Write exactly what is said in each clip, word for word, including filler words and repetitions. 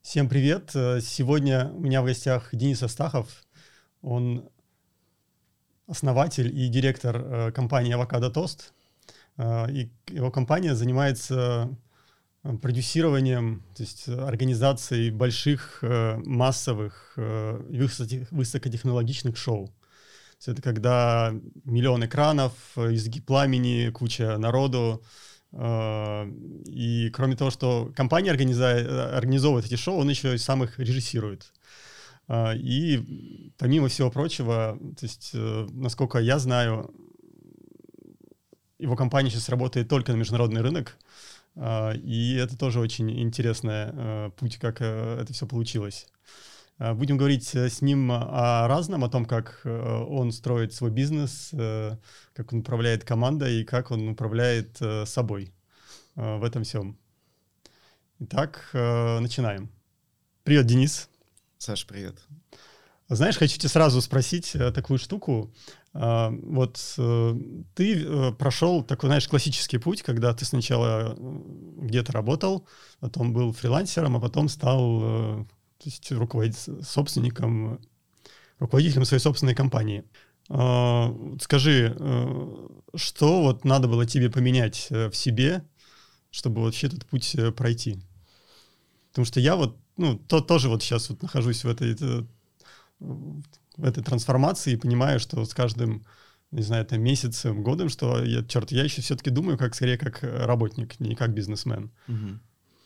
Всем привет! Э, Сегодня у меня в гостях Денис Астахов. Он основатель и директор э, компании Avocado Toast. Э, И его компания занимается э, продюсированием, то есть э, организацией больших, э, массовых, э, высоте- высокотехнологичных шоу. То есть это когда миллион экранов, э, языки пламени, куча народу. Э, И кроме того, что компания организа- э, организовывает эти шоу, он еще и сам их режиссирует. А, И помимо всего прочего, то есть, э, насколько я знаю, его компания сейчас работает только на международный рынок, а, и это тоже очень интересный э, путь, как э, это все получилось. А, Будем говорить э, с ним о разном, о том, как э, он строит свой бизнес, э, как он управляет командой и как он управляет э, собой э, в этом всем. Итак, э, начинаем. Привет, Денис. Саш, привет. Знаешь, хочу тебя сразу спросить э, такую штуку. А, Вот э, ты э, прошел такой, знаешь, классический путь, когда ты сначала э, где-то работал, потом был фрилансером, а потом стал э, то есть руководить собственником, руководителем своей собственной компании. А, вот Скажи, э, что вот надо было тебе поменять э, в себе, чтобы вообще этот путь э, пройти? Потому что я вот, ну, то, тоже вот сейчас вот нахожусь в этой э, в этой трансформации и понимаю, что с каждым, не знаю, там, месяцем, годом, что я, черт, я еще все-таки думаю как скорее как работник, не как бизнесмен. Мгм.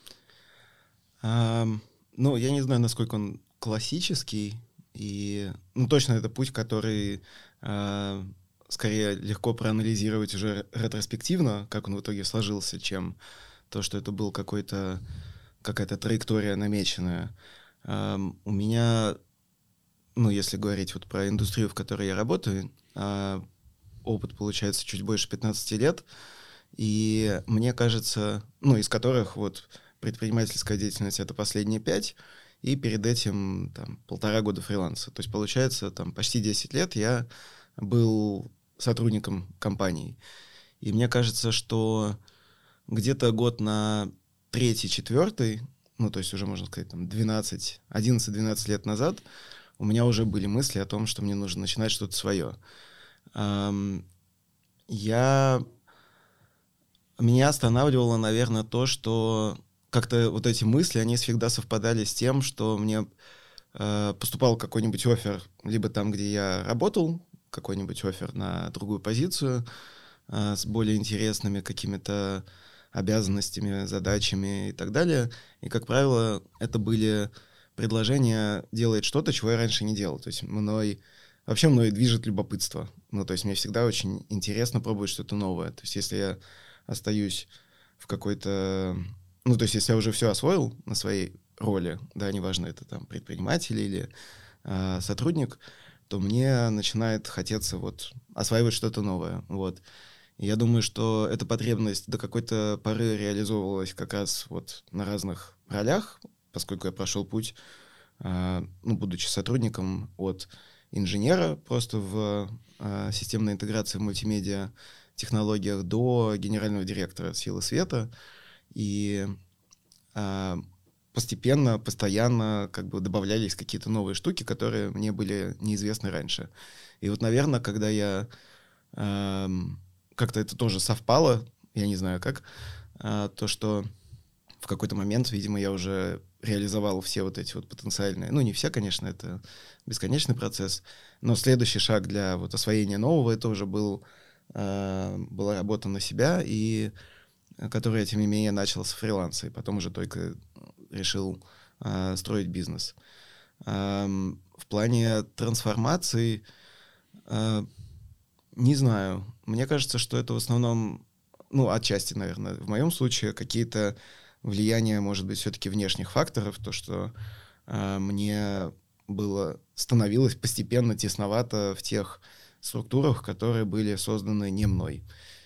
Ам, ну, я не знаю, насколько он классический, и, ну, точно это путь, который а, скорее легко проанализировать уже ретроспективно, как он в итоге сложился, чем то, что это был какой-то, какая-то траектория намеченная. Ам, у меня, ну, если говорить вот про индустрию, в которой я работаю, а, опыт получается чуть больше пятнадцати лет, и мне кажется, ну, из которых вот предпринимательская деятельность — это последние пять, и перед этим там полтора года фриланса. То есть, получается, там почти десять лет я был сотрудником компании. И мне кажется, что где-то год на третий, четвертый, ну, то есть уже, можно сказать, там двенадцать, одиннадцать-двенадцать лет назад у меня уже были мысли о том, что мне нужно начинать что-то свое. Ам, я Меня останавливало, наверное, то, что как-то вот эти мысли, они всегда совпадали с тем, что мне э, поступал какой-нибудь оффер, либо там, где я работал, какой-нибудь оффер на другую позицию э, с более интересными какими-то обязанностями, задачами и так далее. И, как правило, это были предложения делать что-то, чего я раньше не делал. То есть мной... Вообще мной движет любопытство. Ну, то есть мне всегда очень интересно пробовать что-то новое. То есть если я остаюсь в какой-то... Ну, то есть если я уже все освоил на своей роли, да, неважно, это там предприниматель или э, сотрудник, то мне начинает хотеться вот осваивать что-то новое, вот. И я думаю, что эта потребность до какой-то поры реализовывалась как раз вот на разных ролях, поскольку я прошел путь, э, ну, будучи сотрудником от инженера просто в э, системной интеграции в мультимедиа технологиях до генерального директора «Силы света». И э, постепенно, постоянно как бы добавлялись какие-то новые штуки, которые мне были неизвестны раньше. И вот, наверное, когда я... э, как-то это тоже совпало, я не знаю как, э, то, что в какой-то момент, видимо, я уже реализовал все вот эти вот потенциальные... Ну, не все, конечно, это бесконечный процесс, но следующий шаг для вот освоения нового — это уже был, э, была работа на себя, и которую я, тем не менее, начал с фриланса, и потом уже только решил э, строить бизнес. Эм, в плане трансформации, э, не знаю, мне кажется, что это в основном, ну, отчасти, наверное, в моем случае какие-то влияния, может быть, все-таки внешних факторов, то, что э, мне было, становилось постепенно тесновато в тех структурах, которые были созданы не мной.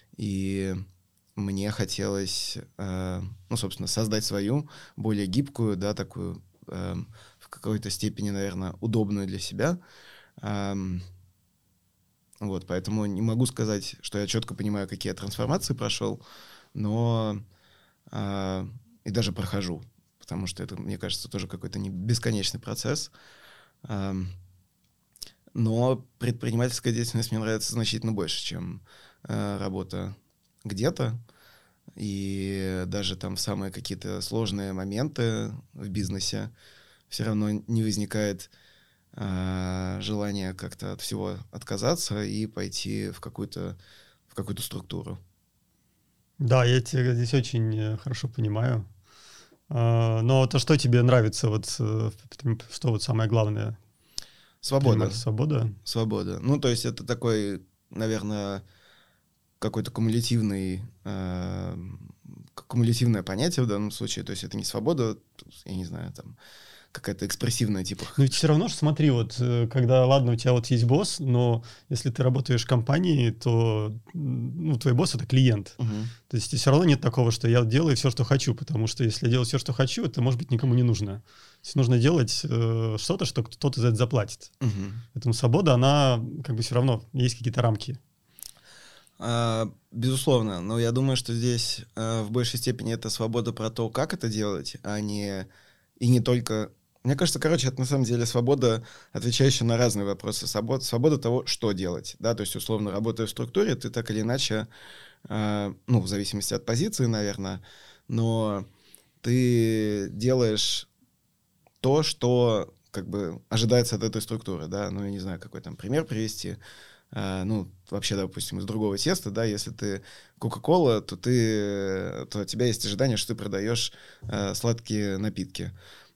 И мне хотелось, э, ну, собственно, создать свою, более гибкую, да, такую, э, в какой-то степени, наверное, удобную для себя. Эм, вот, поэтому не могу сказать, что я четко понимаю, какие я трансформации прошел, но э, и даже прохожу, потому что это, мне кажется, тоже какой-то не бесконечный процесс. Но предпринимательская деятельность мне нравится значительно больше, чем работа где-то. И даже там в самые какие-то сложные моменты в бизнесе все равно не возникает э, желания как-то от всего отказаться и пойти в какую-то, в какую-то структуру. Да, я тебя здесь очень хорошо понимаю. Но то, что тебе нравится, вот что вот самое главное? Свобода. Свобода? Свобода. Ну, то есть это такой, наверное, какой-то кумулятивный, э, кумулятивное понятие в данном случае. То есть это не свобода, я не знаю, там какая-то экспрессивная типа. Ну ведь все равно, что смотри, вот когда, ладно, у тебя вот есть босс, но если ты работаешь в компании, то ну, твой босс — это клиент. Угу. То есть все равно нет такого, что я делаю все, что хочу, потому что если я делаю все, что хочу, это, может быть, никому не нужно. То есть нужно делать э, что-то, что кто-то за это заплатит. Угу. Поэтому свобода, она как бы все равно, есть какие-то рамки. А, безусловно, но я думаю, что здесь а, в большей степени это свобода про то, как это делать, а не и не только... Мне кажется, короче, это на самом деле свобода, отвечающая на разные вопросы. Свобода, свобода того, что делать. Да? То есть, условно, работая в структуре, ты так или иначе, э, ну, в зависимости от позиции, наверное, но ты делаешь то, что как бы ожидается от этой структуры. Да? Ну, я не знаю, какой там пример привести. Uh, ну, вообще, допустим, из другого теста, да, если ты Кока-Кола, то ты, то у тебя есть ожидание, что ты продаешь uh, сладкие напитки.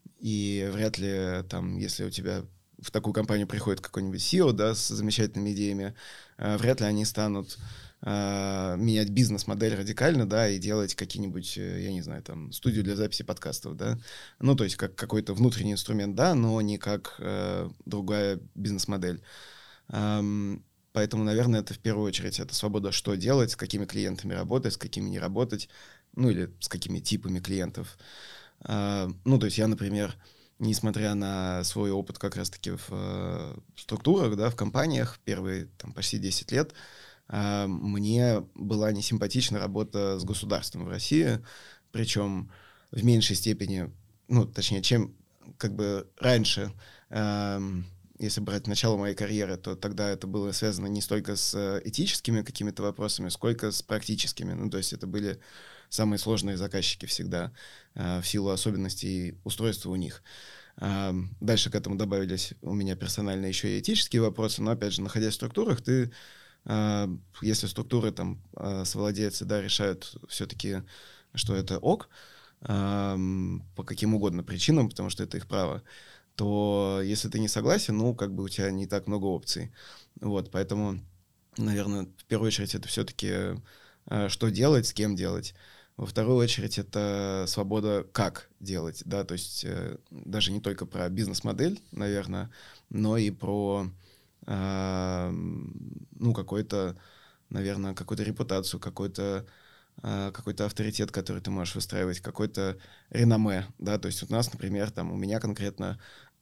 И вряд ли там, если у тебя в такую компанию приходит какой-нибудь си и о, да, с замечательными идеями, uh, вряд ли они станут uh, менять бизнес-модель радикально, да, и делать какие-нибудь, я не знаю, там, студию для записи подкастов, да. Ну, то есть как какой-то внутренний инструмент, да, но не как uh, другая бизнес-модель. Um, Поэтому, наверное, это в первую очередь это свобода, что делать, с какими клиентами работать, с какими не работать, ну или с какими типами клиентов. Uh, ну, то есть я, например, несмотря на свой опыт как раз-таки в uh, структурах, да, в компаниях, первые там, почти десять лет, uh, мне была несимпатична работа с государством в России, причем в меньшей степени, ну, точнее, чем как бы раньше... Uh, Если брать начало моей карьеры, то тогда это было связано не столько с этическими какими-то вопросами, сколько с практическими. Ну, то есть это были самые сложные заказчики всегда э, в силу особенностей устройства у них. Э, дальше к этому добавились у меня персонально еще и этические вопросы, но, опять же, находясь в структурах, ты, э, если структуры там э, совладельцы, да, решают все-таки, что это ок, э, по каким угодно причинам, потому что это их право, то если ты не согласен, ну, как бы у тебя не так много опций. Вот, поэтому, наверное, в первую очередь это все-таки э, что делать, с кем делать. Во вторую очередь это свобода, как делать, да, то есть э, даже не только про бизнес-модель, наверное, но и про, э, ну, какой-то, наверное, какую-то репутацию, какой-то какой-то авторитет, который ты можешь выстраивать, какой-то реноме, да, то есть у нас, например, там, у меня конкретно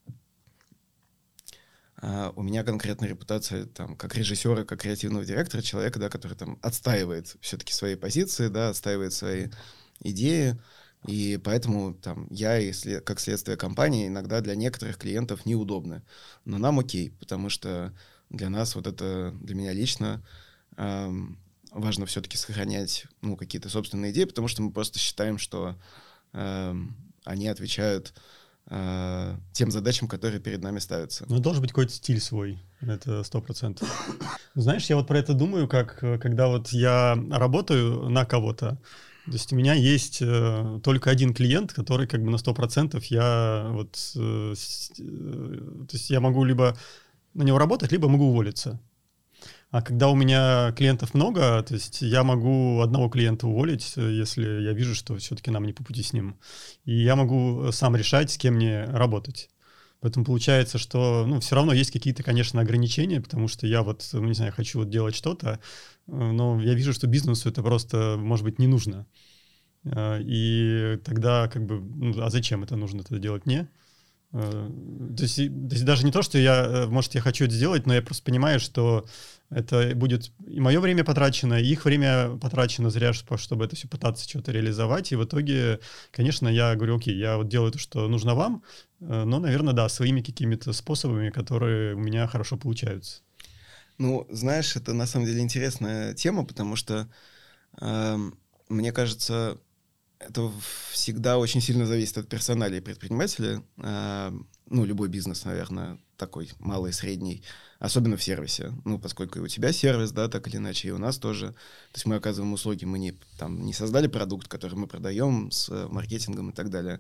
uh, у меня конкретно репутация, там, как режиссера, как креативного директора, человека, да, который там отстаивает все-таки свои позиции, да, отстаивает свои идеи, и поэтому там я, и след, как следствие компании, иногда для некоторых клиентов неудобны, но нам окей, потому что для нас вот это, для меня лично, эм, важно все-таки сохранять, ну, какие-то собственные идеи, потому что мы просто считаем, что э, они отвечают э, тем задачам, которые перед нами ставятся. Ну, должен быть какой-то стиль свой, это сто процентов. Знаешь, я вот про это думаю, как когда вот я работаю на кого-то, то есть у меня есть э, только один клиент, который как бы на сто процентов я вот, э, э, то есть я могу либо на него работать, либо могу уволиться. А когда у меня клиентов много, то есть я могу одного клиента уволить, если я вижу, что все-таки нам не по пути с ним. И я могу сам решать, с кем мне работать. Поэтому получается, что ну, все равно есть какие-то, конечно, ограничения, потому что я вот, ну, не знаю, хочу вот делать что-то, но я вижу, что бизнесу это просто, может быть, не нужно. И тогда как бы, ну, а зачем это нужно тогда делать мне? То есть, то есть даже не то, что я, может, я хочу это сделать, но я просто понимаю, что это будет и мое время потрачено, и их время потрачено зря, чтобы это все пытаться что-то реализовать. И в итоге, конечно, я говорю, окей, я вот делаю то, что нужно вам, но, наверное, да, своими какими-то способами, которые у меня хорошо получаются. Ну, знаешь, это на самом деле интересная тема, потому что э, мне кажется, это всегда очень сильно зависит от персоналии предпринимателя. Э, ну, любой бизнес, наверное, такой малый, средний, особенно в сервисе. Ну, поскольку и у тебя сервис, да, так или иначе, и у нас тоже. То есть мы оказываем услуги, мы не, там, не создали продукт, который мы продаем с маркетингом и так далее.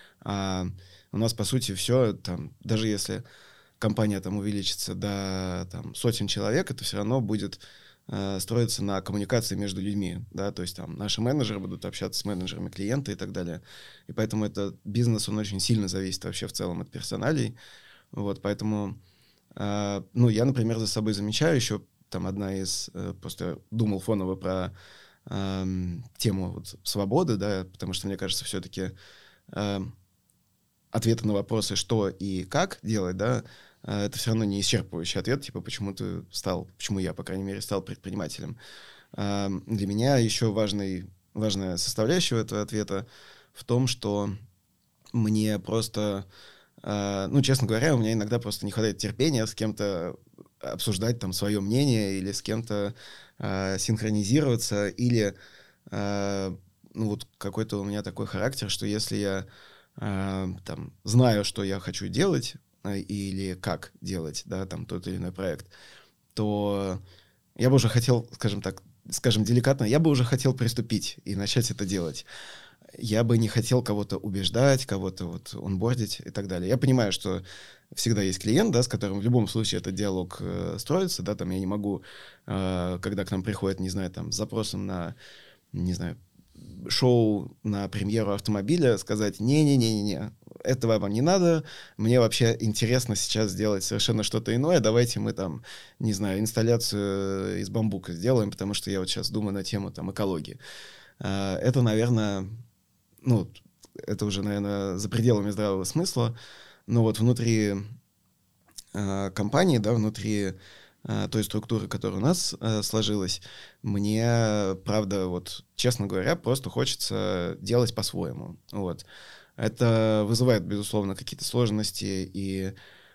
А у нас, по сути, все, там, даже если компания там увеличится до там, сотен человек, это все равно будет э, строиться на коммуникации между людьми, да, то есть там наши менеджеры будут общаться с менеджерами клиента и так далее. И поэтому этот бизнес, он очень сильно зависит вообще в целом от персоналей. Вот, поэтому, э, ну, я, например, за собой замечаю еще, там одна из, э, просто думал фоново про э, тему вот, свободы, да, потому что, мне кажется, все-таки э, ответы на вопросы, что и как делать, да, это все равно не исчерпывающий ответ, типа, почему ты стал, почему я, по крайней мере, стал предпринимателем. Для меня еще важный, важная составляющая этого ответа в том, что мне просто, ну, честно говоря, у меня иногда просто не хватает терпения с кем-то обсуждать там свое мнение или с кем-то синхронизироваться, или, ну, вот какой-то у меня такой характер, что если я там знаю, что я хочу делать, или как делать, да, там тот или иной проект, то я бы уже хотел, скажем так, скажем деликатно, я бы уже хотел приступить и начать это делать. Я бы не хотел кого-то убеждать, кого-то вот онбордить и так далее. Я понимаю, что всегда есть клиент, да, с которым в любом случае этот диалог э, строится, да, там я не могу, э, когда к нам приходят, не знаю, там, с запросом на, не знаю, шоу на премьеру автомобиля, сказать, не-не-не-не-не, этого вам не надо, мне вообще интересно сейчас сделать совершенно что-то иное, давайте мы там, не знаю, инсталляцию из бамбука сделаем, потому что я вот сейчас думаю на тему там экологии. Это, наверное, ну, это уже, наверное, за пределами здравого смысла, но вот внутри компании, да, внутри той структуры, которая у нас э, сложилась, мне, правда, вот, честно говоря, просто хочется делать по-своему. Вот. Это вызывает, безусловно, какие-то сложности и,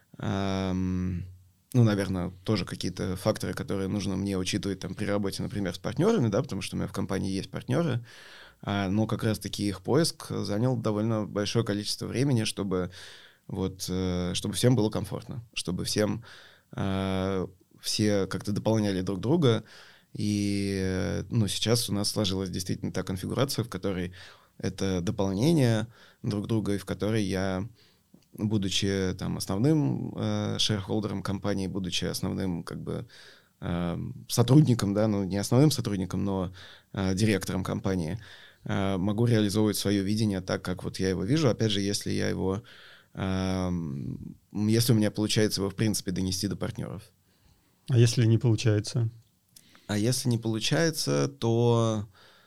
эм, ну, наверное, тоже какие-то факторы, которые нужно мне учитывать там, при работе, например, с партнерами, да, потому что у меня в компании есть партнеры, э, но как раз-таки их поиск занял довольно большое количество времени, чтобы, вот, э, чтобы всем было комфортно, чтобы всем... Э, все как-то дополняли друг друга, и ну, сейчас у нас сложилась действительно та конфигурация, в которой это дополнение друг друга, и в которой я, будучи там основным э, шерхолдером компании, будучи основным как бы э, сотрудником, да, ну не основным сотрудником, но э, директором компании, э, могу реализовывать свое видение так, как вот я его вижу, опять же, если я его, э, если у меня получается его в принципе донести до партнеров. А если не получается? А если не получается, то...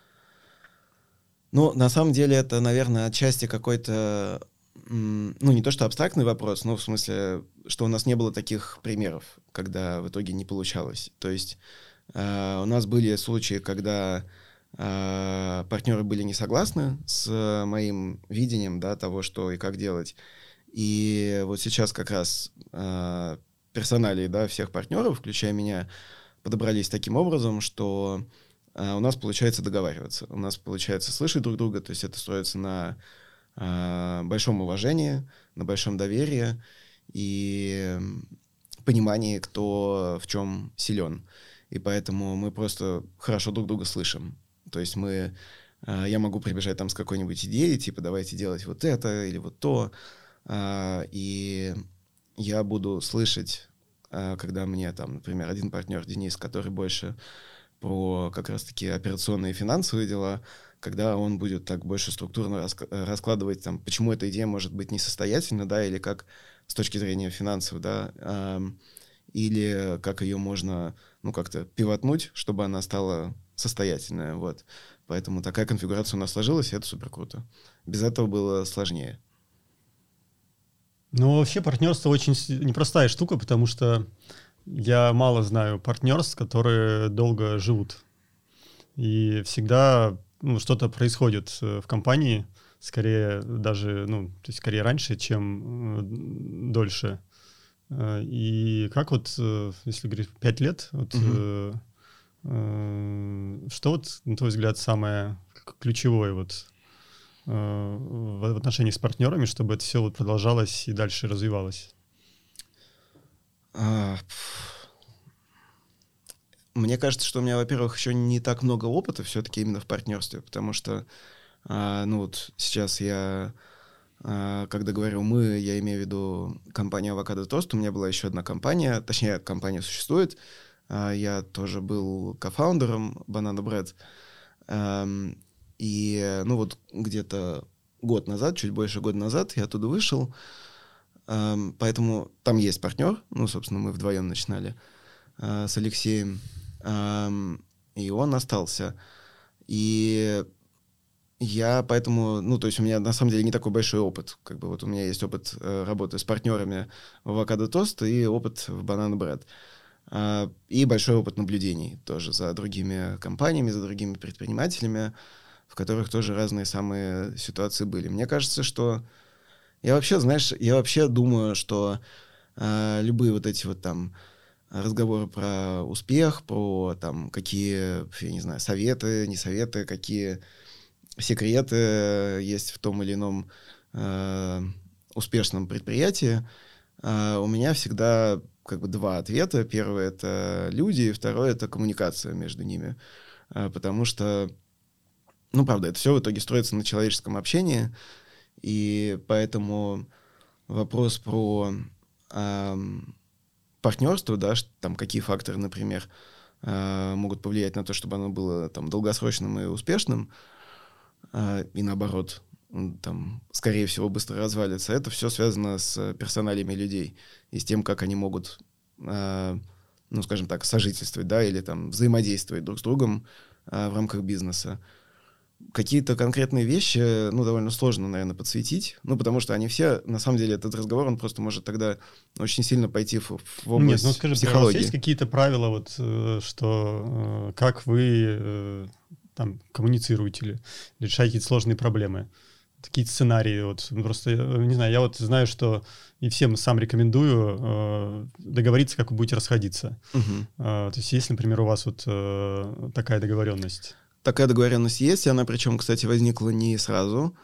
Ну, на самом деле, это, наверное, отчасти какой-то... Ну, не то что абстрактный вопрос, но в смысле, что у нас не было таких примеров, когда в итоге не получалось. То есть э, у нас были случаи, когда э, партнеры были не согласны с моим видением, да, того, что и как делать. И вот сейчас как раз... Э, персоналии, да, всех партнеров, включая меня, подобрались таким образом, что э, у нас получается договариваться, у нас получается слышать друг друга, то есть это строится на э, большом уважении, на большом доверии и понимании, кто в чем силен. И поэтому мы просто хорошо друг друга слышим. То есть мы, э, я могу прибежать там с какой-нибудь идеей, типа давайте делать вот это или вот то, э, и я буду слышать, когда мне там, например, один партнер, Денис, который больше про как раз-таки операционные и финансовые дела, когда он будет так больше структурно раскладывать, там, почему эта идея может быть несостоятельна, да, или как с точки зрения финансов, да, или как ее можно, ну, как-то пивотнуть, чтобы она стала состоятельная, вот. Поэтому такая конфигурация у нас сложилась, и это супер круто. Без этого было сложнее. Ну, вообще партнерство очень с- непростая штука, потому что я мало знаю партнерств, которые долго живут. И всегда ну, что-то происходит э, в компании, скорее даже, ну, то есть скорее раньше, чем э, дольше. Э, И как вот, э, если говорить пять лет, вот, Мгм. э, э, что вот, на твой взгляд, самое к- ключевое вот э, в в отношении с партнерами, чтобы это все вот продолжалось и дальше развивалось? А, пф, Мне кажется, что у меня, во-первых, еще не так много опыта все-таки именно в партнерстве, потому что, а, ну вот сейчас я, а, когда говорю «мы», я имею в виду компанию Avocado Toast, у меня была еще одна компания, точнее, компания существует, а, я тоже был кофаундером Banana Bread, Ам, и, э, ну вот где-то год назад, чуть больше года назад я оттуда вышел, ам, поэтому там есть партнер, ну, собственно, мы вдвоем начинали а, с Алексеем, ам, и он остался. И я поэтому, ну, то есть у меня на самом деле не такой большой опыт. Как бы вот у меня есть опыт э, работы с партнерами в Avocado Toast и опыт в Banana Bread. А, и большой опыт наблюдений тоже за другими компаниями, за другими предпринимателями, в которых тоже разные самые ситуации были. Мне кажется, что я вообще, знаешь, я вообще думаю, что а, любые вот эти вот там разговоры про успех, про там какие, я не знаю, советы, не советы, какие секреты есть в том или ином э, успешном предприятии, э, у меня всегда как бы два ответа. Первый — это люди, и второй — это коммуникация между ними. Э, потому что, ну, правда, это все в итоге строится на человеческом общении, и поэтому вопрос про эм, партнерство, да, ш- там какие факторы, например, э, могут повлиять на то, чтобы оно было там долгосрочным и успешным, а, и наоборот, м, там, скорее всего, быстро развалится. Это все связано с персоналиями людей и с тем, как они могут, а, ну, скажем так, сожительствовать, да, или там взаимодействовать друг с другом а, в рамках бизнеса. Какие-то конкретные вещи, ну, довольно сложно, наверное, подсветить, ну, потому что они все, на самом деле, этот разговор, он просто может тогда очень сильно пойти в, в Нет, ну область скажи, например, у вас есть психологии. какие-то правила, вот, э, что э, как вы э, там коммуницируете или решаете какие-то сложные проблемы? Такие сценарии, вот, ну, просто, э, не знаю, я вот знаю, что и всем сам рекомендую э, договориться, как вы будете расходиться. Мгм. Э, то есть есть, например, у вас вот э, такая договоренность? Такая договоренность есть, и она, причем, кстати, возникла не сразу.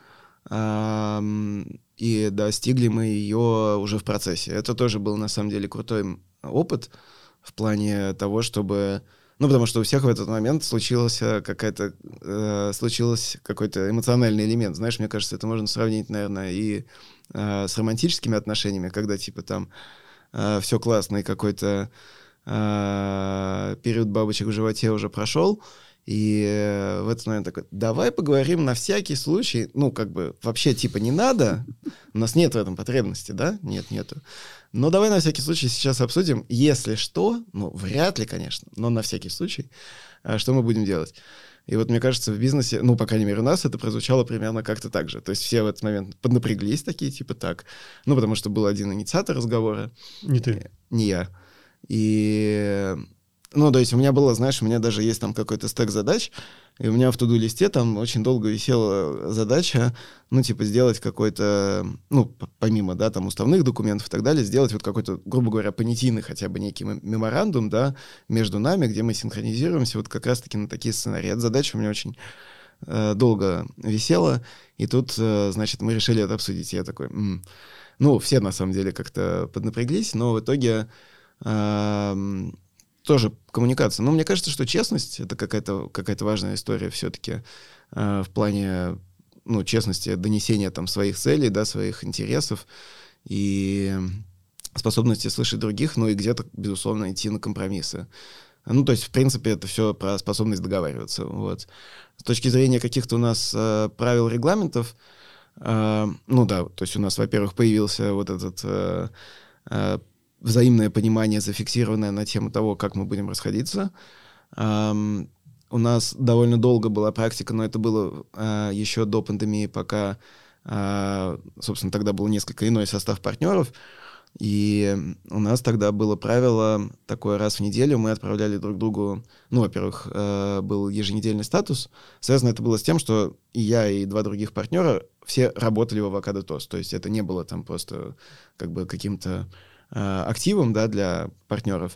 Ам, И достигли мы ее уже в процессе. Это тоже был, на самом деле, крутой м, опыт в плане того, чтобы... Ну, потому что у всех в этот момент случилась э, какая-то... э, случился какой-то эмоциональный элемент. Знаешь, мне кажется, это можно сравнить, наверное, и э, с романтическими отношениями, когда, типа, там все классно, и какой-то э, период бабочек в животе уже прошел, и э, в этот момент такой, давай поговорим на всякий случай, ну, как бы, вообще, типа, не надо, у нас нет в этом потребности, да? Нет, нету. Но давай на всякий случай сейчас обсудим, если что, ну, вряд ли, конечно, но на всякий случай, э, что мы будем делать. И вот, мне кажется, в бизнесе, ну, по крайней мере, у нас это прозвучало примерно как-то так же. То есть все в этот момент поднапряглись такие, типа, так. Ну, потому что был один инициатор разговора, Не э, ты. не я. И, ну, то есть у меня было, знаешь, у меня даже есть там какой-то стек задач, и у меня в туду-листе там очень долго висела задача, ну, типа, сделать какой-то, ну, п- помимо, да, там, уставных документов и так далее, сделать вот какой-то, грубо говоря, понятийный хотя бы некий мем- меморандум, да, между нами, где мы синхронизируемся вот как раз-таки на такие сценарии. Эта задача у меня очень э, долго висела, и тут, э, значит, мы решили это обсудить. И я такой, «М». Ну, все, на самом деле, как-то поднапряглись, но в итоге Ам, тоже коммуникация. Но мне кажется, что честность — это какая-то какая-то важная история все-таки а, в плане, ну, честности, донесения там своих целей, да, своих интересов и способности слышать других, ну и где-то, безусловно, идти на компромиссы. Ну, то есть, в принципе, это все про способность договариваться. Вот. С точки зрения каких-то у нас э, правил, регламентов, э, ну да, то есть у нас, во-первых, появился вот этот э, э, взаимное понимание, зафиксированное на тему того, как мы будем расходиться. Ам, у нас довольно долго была практика, но это было а, еще до пандемии, пока А, собственно, тогда был несколько иной состав партнеров, и у нас тогда было правило такое: раз в неделю мы отправляли друг другу, ну, во-первых, э, был еженедельный статус. Связано это было с тем, что и я, и два других партнера все работали в Avocado Toast. То есть это не было там просто как бы каким-то э, активом, да, для партнеров,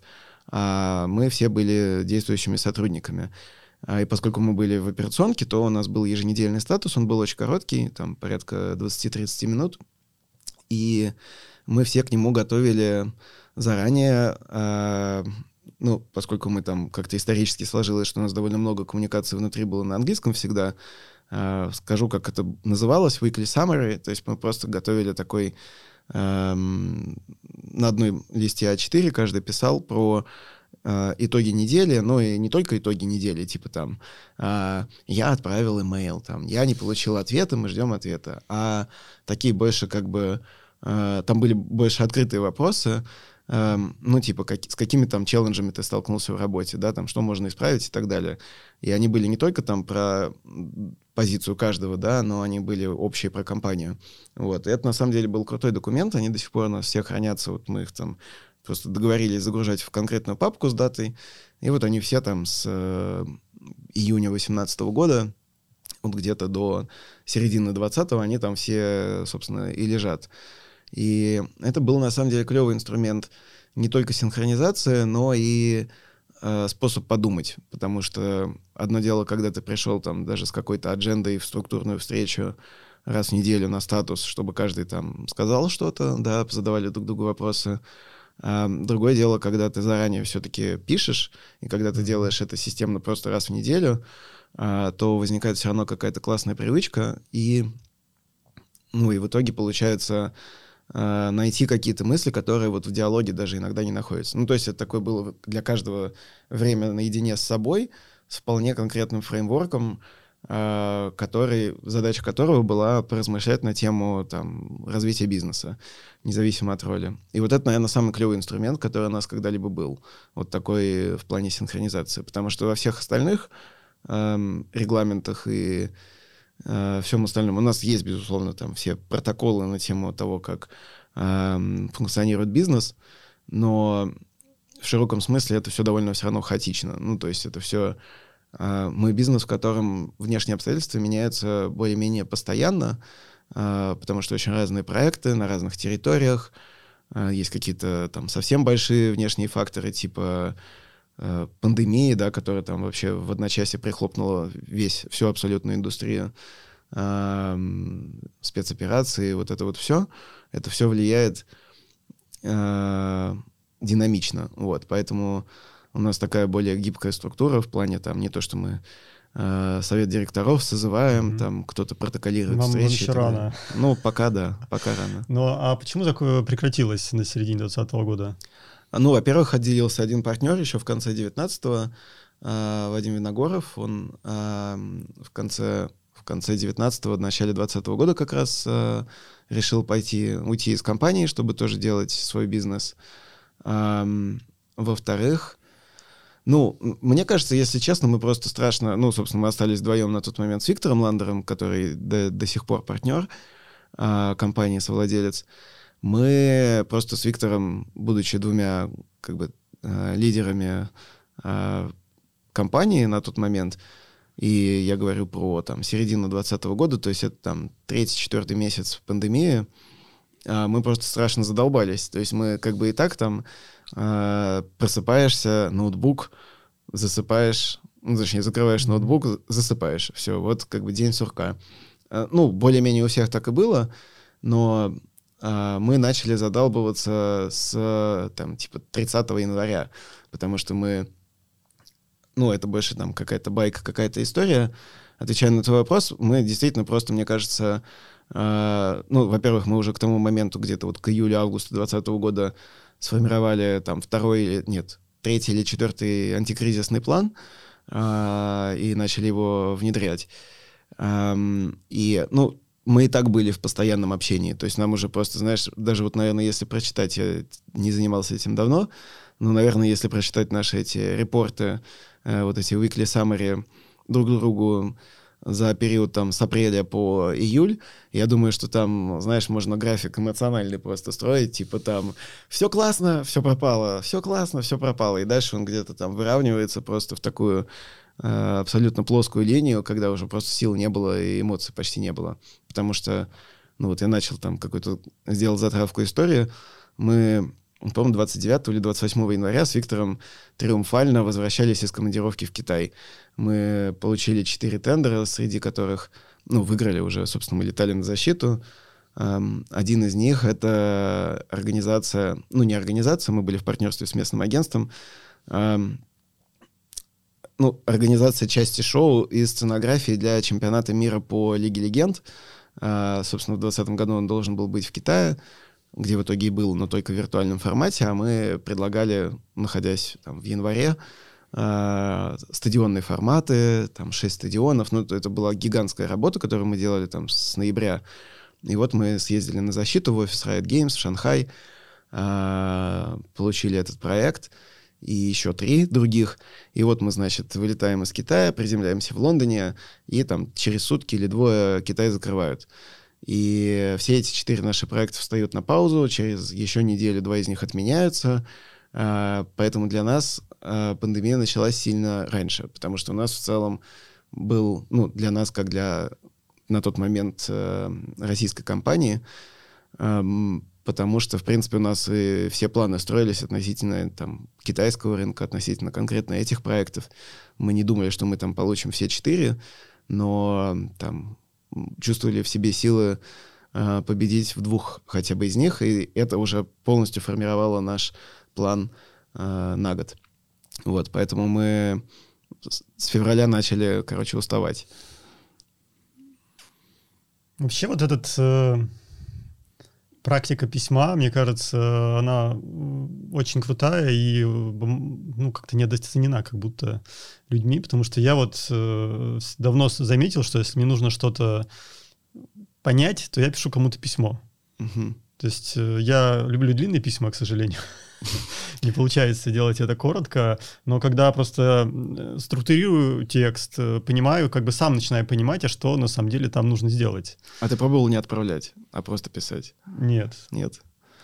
а мы все были действующими сотрудниками. И поскольку мы были в операционке, то у нас был еженедельный статус, он был очень короткий, там порядка двадцать-тридцать минут, и мы все к нему готовили заранее, э, ну, поскольку мы там как-то исторически сложилось, что у нас довольно много коммуникаций внутри было на английском всегда. Э, скажу, как это называлось, weekly summary, то есть мы просто готовили такой, э, на одной листе а четыре каждый писал про э, итоги недели, но и не только итоги недели, типа там, э, я отправил имейл, там, я не получил ответа, мы ждем ответа, а такие больше как бы там были больше открытые вопросы, ну, типа, как, с какими там челленджами ты столкнулся в работе, да, там, что можно исправить и так далее. И они были не только там про позицию каждого, да, но они были общие про компанию. Вот. И это, на самом деле, был крутой документ, они до сих пор у нас все хранятся, вот мы их там просто договорились загружать в конкретную папку с датой, и вот они все там с э, июня восемнадцатого года, вот где-то до середины двадцатого, они там все, собственно, и лежат. И это был, на самом деле, клевый инструмент не только синхронизация, но и э, способ подумать. Потому что одно дело, когда ты пришел там даже с какой-то аджендой в структурную встречу раз в неделю на статус, чтобы каждый там сказал что-то, да, задавали друг другу вопросы. А другое дело, когда ты заранее все-таки пишешь, и когда ты делаешь это системно просто раз в неделю, а, то возникает все равно какая-то классная привычка, и, ну, и в итоге получается найти какие-то мысли, которые вот в диалоге даже иногда не находятся. Ну, то есть это такое было для каждого время наедине с собой, с вполне конкретным фреймворком, который, задача которого была поразмышлять на тему там, развития бизнеса, независимо от роли. И вот это, наверное, самый клевый инструмент, который у нас когда-либо был. Вот такой в плане синхронизации. Потому что во всех остальных эм, регламентах и всем остальном. У нас есть, безусловно, там все протоколы на тему того, как э, функционирует бизнес, но в широком смысле это все довольно все равно хаотично. Ну, то есть это все... Э, мы бизнес, в котором внешние обстоятельства меняются более-менее постоянно, э, потому что очень разные проекты на разных территориях, э, есть какие-то там совсем большие внешние факторы, типа пандемии, да, которая там вообще в одночасье прихлопнула весь, всю абсолютную индустрию, э, спецоперации, вот это вот все, это все влияет э, динамично, вот, поэтому у нас такая более гибкая структура в плане там не то, что мы э, совет директоров созываем, mm-hmm. там кто-то протоколирует Вам встречи. еще рано. Ну, пока да, пока рано. Ну, а почему такое прекратилось на середине двадцатого года? Ну, во-первых, отделился один партнер еще в конце девятнадцатого, э, Вадим Виногоров. Он э, в конце, в конце девятнадцатого, в начале двадцатого года как раз э, решил пойти, уйти из компании, чтобы тоже делать свой бизнес. Э, во-вторых, ну, мне кажется, если честно, мы просто страшно... Ну, собственно, мы остались вдвоем на тот момент с Виктором Ландером, который до, до сих пор партнер э, компании, совладелец. Мы просто с Виктором, будучи двумя как бы э, лидерами э, компании на тот момент, и я говорю про там середину двадцатого года, то есть это там третий-четвертый месяц пандемии, э, мы просто страшно задолбались. То есть мы как бы и так там э, просыпаешься, ноутбук, засыпаешь, ну, точнее, закрываешь ноутбук, засыпаешь. Все, вот как бы день сурка. Э, ну, более-менее у всех так и было, но... мы начали задалбываться с, там, типа, тридцатого января, потому что мы, ну, это больше там какая-то байка, какая-то история. Отвечая на твой вопрос, мы действительно просто, мне кажется, э, ну, во-первых, мы уже к тому моменту, где-то вот к июлю-августу двадцатого года сформировали там второй, нет, третий или четвертый антикризисный план э, и начали его внедрять. Э, и, ну, мы и так были в постоянном общении. То есть нам уже просто, знаешь, даже вот, наверное, если прочитать, я не занимался этим давно, но, наверное, если прочитать наши эти репорты, э, вот эти weekly summary друг другу за период там с апреля по июль. Я думаю, что там, знаешь, можно график эмоциональный просто строить, типа там все классно, все пропало, все классно, все пропало. И дальше он где-то там выравнивается просто в такую э, абсолютно плоскую линию, когда уже просто сил не было и эмоций почти не было. Потому что, ну вот я начал там какой-то, сделал затравку истории. Мы, по-моему, двадцать девятого или двадцать восьмого января с Виктором триумфально возвращались из командировки в Китай. Мы получили четыре тендера, среди которых, ну, выиграли уже, собственно, мы летали на защиту. Um, один из них — это организация, ну, не организация, мы были в партнерстве с местным агентством, um, ну, организация части шоу и сценографии для чемпионата мира по Лиге Легенд. Uh, собственно, в двадцатом году он должен был быть в Китае, где в итоге и был, но только в виртуальном формате, а мы предлагали, находясь там в январе, э, стадионные форматы, там шесть стадионов, ну, это была гигантская работа, которую мы делали там с ноября, и вот мы съездили на защиту в офис Riot Games в Шанхай, э, получили этот проект, и еще три других, и вот мы, значит, вылетаем из Китая, приземляемся в Лондоне, и там через сутки или двое Китай закрывают. И все эти четыре наши проекта встают на паузу, через еще неделю два из них отменяются, поэтому для нас пандемия началась сильно раньше, потому что у нас в целом был, ну, для нас, как для на тот момент российской компании, потому что, в принципе, у нас и все планы строились относительно там китайского рынка, относительно конкретно этих проектов. Мы не думали, что мы там получим все четыре, но там чувствовали в себе силы э, победить в двух хотя бы из них, и это уже полностью формировало наш план э, на год. Вот, поэтому мы с февраля начали, короче, уставать. Вообще вот этот э, практика письма, мне кажется, она очень крутая и, ну, как-то недооценена как будто людьми, потому что я вот э, давно заметил, что если мне нужно что-то понять, то я пишу кому-то письмо. Угу. То есть э, я люблю длинные письма, к сожалению. Не получается делать это коротко, но когда просто структурирую текст, понимаю, как бы сам начинаю понимать, а что на самом деле там нужно сделать. А ты пробовал не отправлять, а просто писать? Нет. Нет.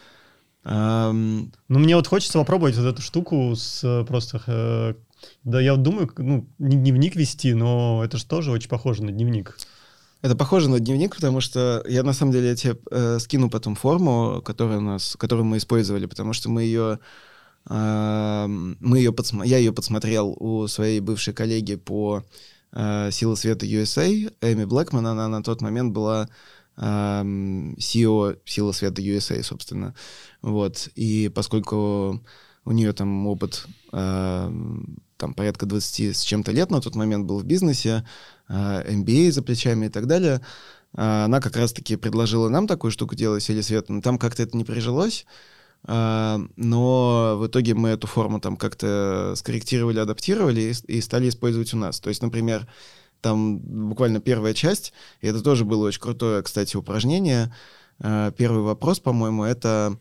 Um... Ну, мне вот хочется попробовать вот эту штуку с просто... Э, да, я вот думаю, ну, не дневник вести, но это же тоже очень похоже на дневник. Это похоже на дневник, потому что я, на самом деле, я тебе э, скину потом форму, которую, у нас, которую мы использовали, потому что мы ее... Э, мы ее подсма- я ее подсмотрел у своей бывшей коллеги по э, «Сила света ю эс эй», Эми Блэкман. Она на тот момент была э, си и о «Сила света ю эс эй», собственно. Вот. И поскольку у нее там опыт э, там, порядка двадцати с чем-то лет на тот момент был в бизнесе, эм би эй за плечами и так далее, она как раз-таки предложила нам такую штуку делать, «Силе света», но там как-то это не прижилось, но в итоге мы эту форму там как-то скорректировали, адаптировали и, и стали использовать у нас. То есть, например, там буквально первая часть, и это тоже было очень крутое, кстати, упражнение. Первый вопрос, по-моему, это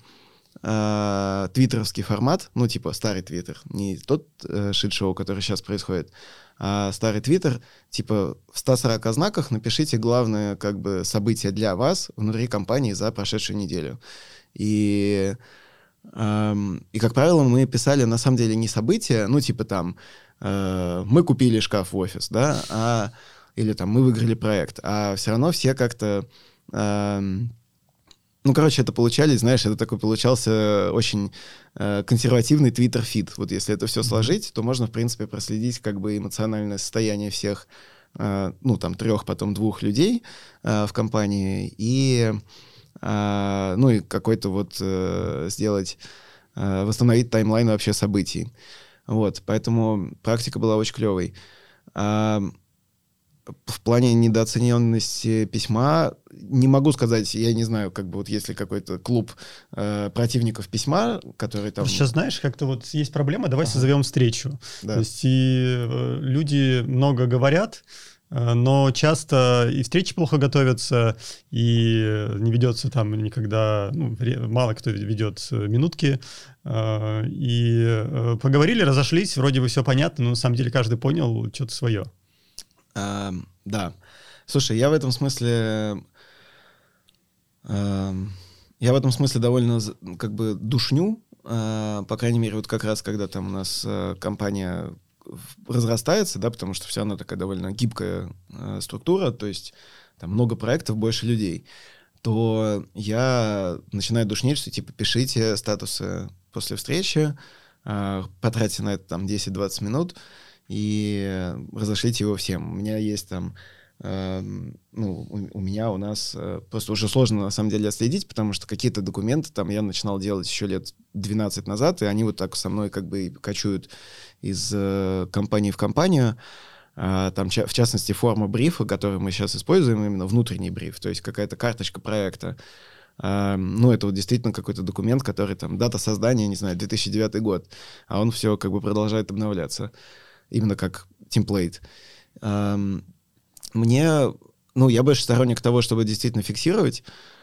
э, твиттеровский формат, ну, типа старый твиттер, не тот э, шит-шоу, который сейчас происходит, а старый твиттер, типа в ста сорока знаках напишите главное как бы событие для вас внутри компании за прошедшую неделю. И, эм, и как правило, мы писали на самом деле не события, ну, типа там э, мы купили шкаф в офис, да, а, или там мы выиграли проект, а все равно все как-то... Эм, Ну, короче, это получались, знаешь, это такой получался очень э, консервативный твиттер-фид. Вот если это все сложить, то можно, в принципе, проследить как бы эмоциональное состояние всех, э, ну, там, трех, потом двух людей э, в компании, и, э, ну, и какой-то вот э, сделать, э, восстановить таймлайн вообще событий. Вот, поэтому практика была очень клевой. А, в плане недооцененности письма не могу сказать, я не знаю, как бы вот если какой-то клуб э, противников письма, который там... Сейчас знаешь, как-то вот есть проблема, давай ага. созовем встречу. Да. То есть и э, люди много говорят, э, но часто и встречи плохо готовятся, и не ведется там никогда, ну, мало кто ведет минутки, э, и э, поговорили, разошлись, вроде бы все понятно, но на самом деле каждый понял что-то свое. Uh, Да. Слушай, я в этом смысле... Э, я в этом смысле довольно как бы душню, э, по крайней мере, вот как раз когда там у нас э, компания разрастается, да, потому что все равно такая довольно гибкая э, структура, то есть там много проектов, больше людей, то я начинаю душнить, что типа пишите статусы после встречи, э, потратьте на это там десять-двадцать минут и разошлите его всем. У меня есть там Uh, ну, у, у меня, у нас uh, просто уже сложно, на самом деле, отследить, потому что какие-то документы там я начинал делать еще лет двенадцать назад, и они вот так со мной как бы кочуют из uh, компании в компанию. Uh, там, в частности, форма брифа, которую мы сейчас используем, именно внутренний бриф, то есть какая-то карточка проекта. Uh, ну, это вот действительно какой-то документ, который там, дата создания, не знаю, две тысячи девятый год, а он все как бы продолжает обновляться, именно как темплейт. Uh, Мне, ну, я больше сторонник того, чтобы действительно фиксировать.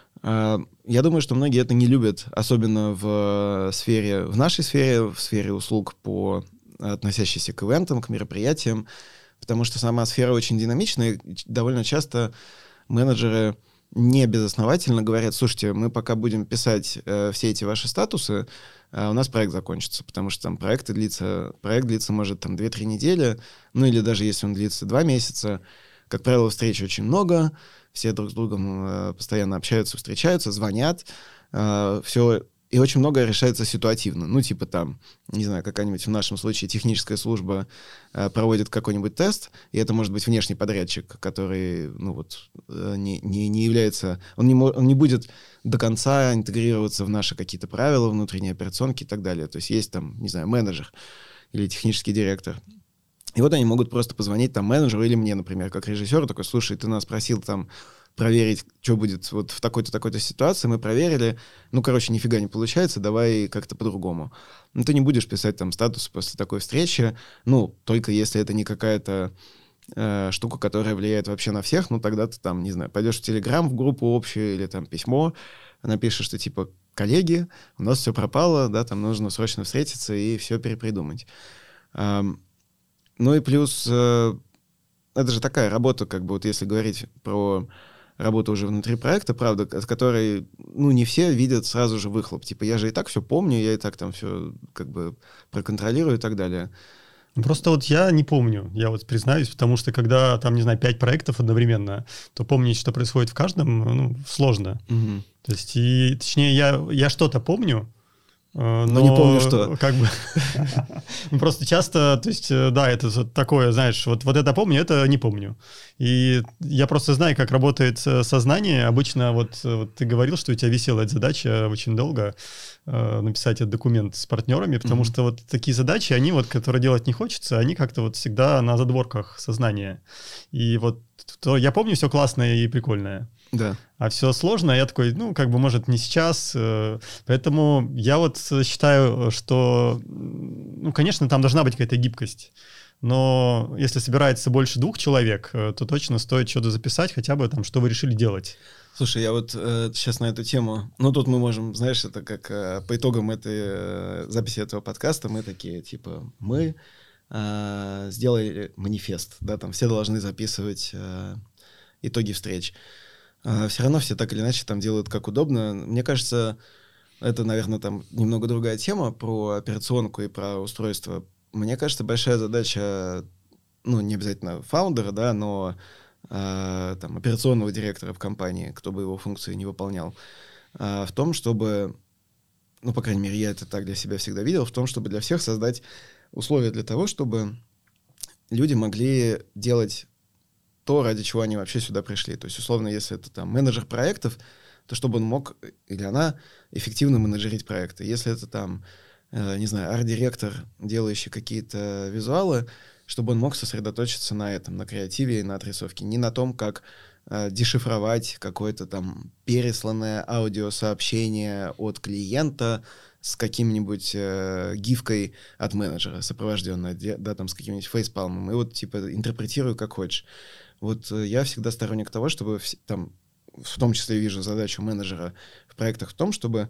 Я думаю, что многие это не любят, особенно в сфере, в нашей сфере, в сфере услуг, по, относящейся к ивентам, к мероприятиям, потому что сама сфера очень динамичная, и довольно часто менеджеры не безосновательно говорят: слушайте, мы пока будем писать э, все эти ваши статусы, э, у нас проект закончится, потому что там проекты длится, проект длится, может, там две-три недели, ну или даже если он длится два месяца. Как правило, встреч очень много, все друг с другом э, постоянно общаются, встречаются, звонят, э, все, и очень многое решается ситуативно. Ну, типа там, не знаю, какая-нибудь в нашем случае техническая служба э, проводит какой-нибудь тест, и это может быть внешний подрядчик, который, ну вот, э, не, не, не является, он не, он не будет до конца интегрироваться в наши какие-то правила, внутренние операционки и так далее. То есть есть там, не знаю, менеджер или технический директор. И вот они могут просто позвонить там менеджеру или мне, например, как режиссеру, такой: слушай, ты нас просил там проверить, что будет вот в такой-то, такой-то ситуации, мы проверили, ну, короче, нифига не получается, давай как-то по-другому. Ну, ты не будешь писать там статус после такой встречи, ну, только если это не какая-то э, штука, которая влияет вообще на всех, ну, тогда ты там, не знаю, пойдешь в Телеграм, в группу общую или там письмо, напишешь, что типа: коллеги, у нас все пропало, да, там нужно срочно встретиться и все перепридумать. Эм, Ну и плюс, э, это же такая работа, как бы вот если говорить про работу уже внутри проекта, правда, от которой, ну, не все видят сразу же выхлоп. Типа, я же и так все помню, я и так там все как бы проконтролирую и так далее. Просто вот я не помню, я вот признаюсь, потому что когда там, не знаю, пять проектов одновременно, то помнить, что происходит в каждом, ну, сложно. Угу. То есть, и, точнее, я, я что-то помню, но, но не помню, что. Как бы просто часто, то есть, да, это такое, знаешь, вот, вот это помню, это не помню. И я просто знаю, как работает сознание. Обычно вот, вот ты говорил, что у тебя висела эта задача очень долго, э, написать этот документ с партнерами, потому mm-hmm. что вот такие задачи, они вот, которые делать не хочется, они как-то вот всегда на задворках сознания. И вот то, я помню все классное и прикольное. Да. А все сложно, я такой, ну, как бы, может, не сейчас. Поэтому я вот считаю, что, ну, конечно, там должна быть какая-то гибкость. Но если собирается больше двух человек, то точно стоит что-то записать, хотя бы там, что вы решили делать. Слушай, я вот э, сейчас на эту тему, ну, тут мы можем, знаешь, это как э, по итогам этой э, записи этого подкаста мы такие, типа, мы э, сделали манифест, да, там все должны записывать э, итоги встреч. Все равно все так или иначе там делают как удобно. Мне кажется, это, наверное, там немного другая тема про операционку и про устройство. Мне кажется, большая задача, ну, не обязательно фаундера, да, но э, там, операционного директора в компании, кто бы его функции не выполнял, э, в том, чтобы, ну, по крайней мере, я это так для себя всегда видел, в том, чтобы для всех создать условия для того, чтобы люди могли делать то, ради чего они вообще сюда пришли. То есть, условно, если это там менеджер проектов, то чтобы он мог или она эффективно менеджерить проекты. Если это там, э, не знаю, арт-директор, делающий какие-то визуалы, чтобы он мог сосредоточиться на этом, на креативе и на отрисовке. Не на том, как э, дешифровать какое-то там пересланное аудиосообщение от клиента с каким-нибудь э, гифкой от менеджера, сопровожденное, да, там, с каким-нибудь фейспалмом, и вот, типа, интерпретирую как хочешь. Вот э, я всегда сторонник того, чтобы, в, там, в том числе вижу задачу менеджера в проектах в том, чтобы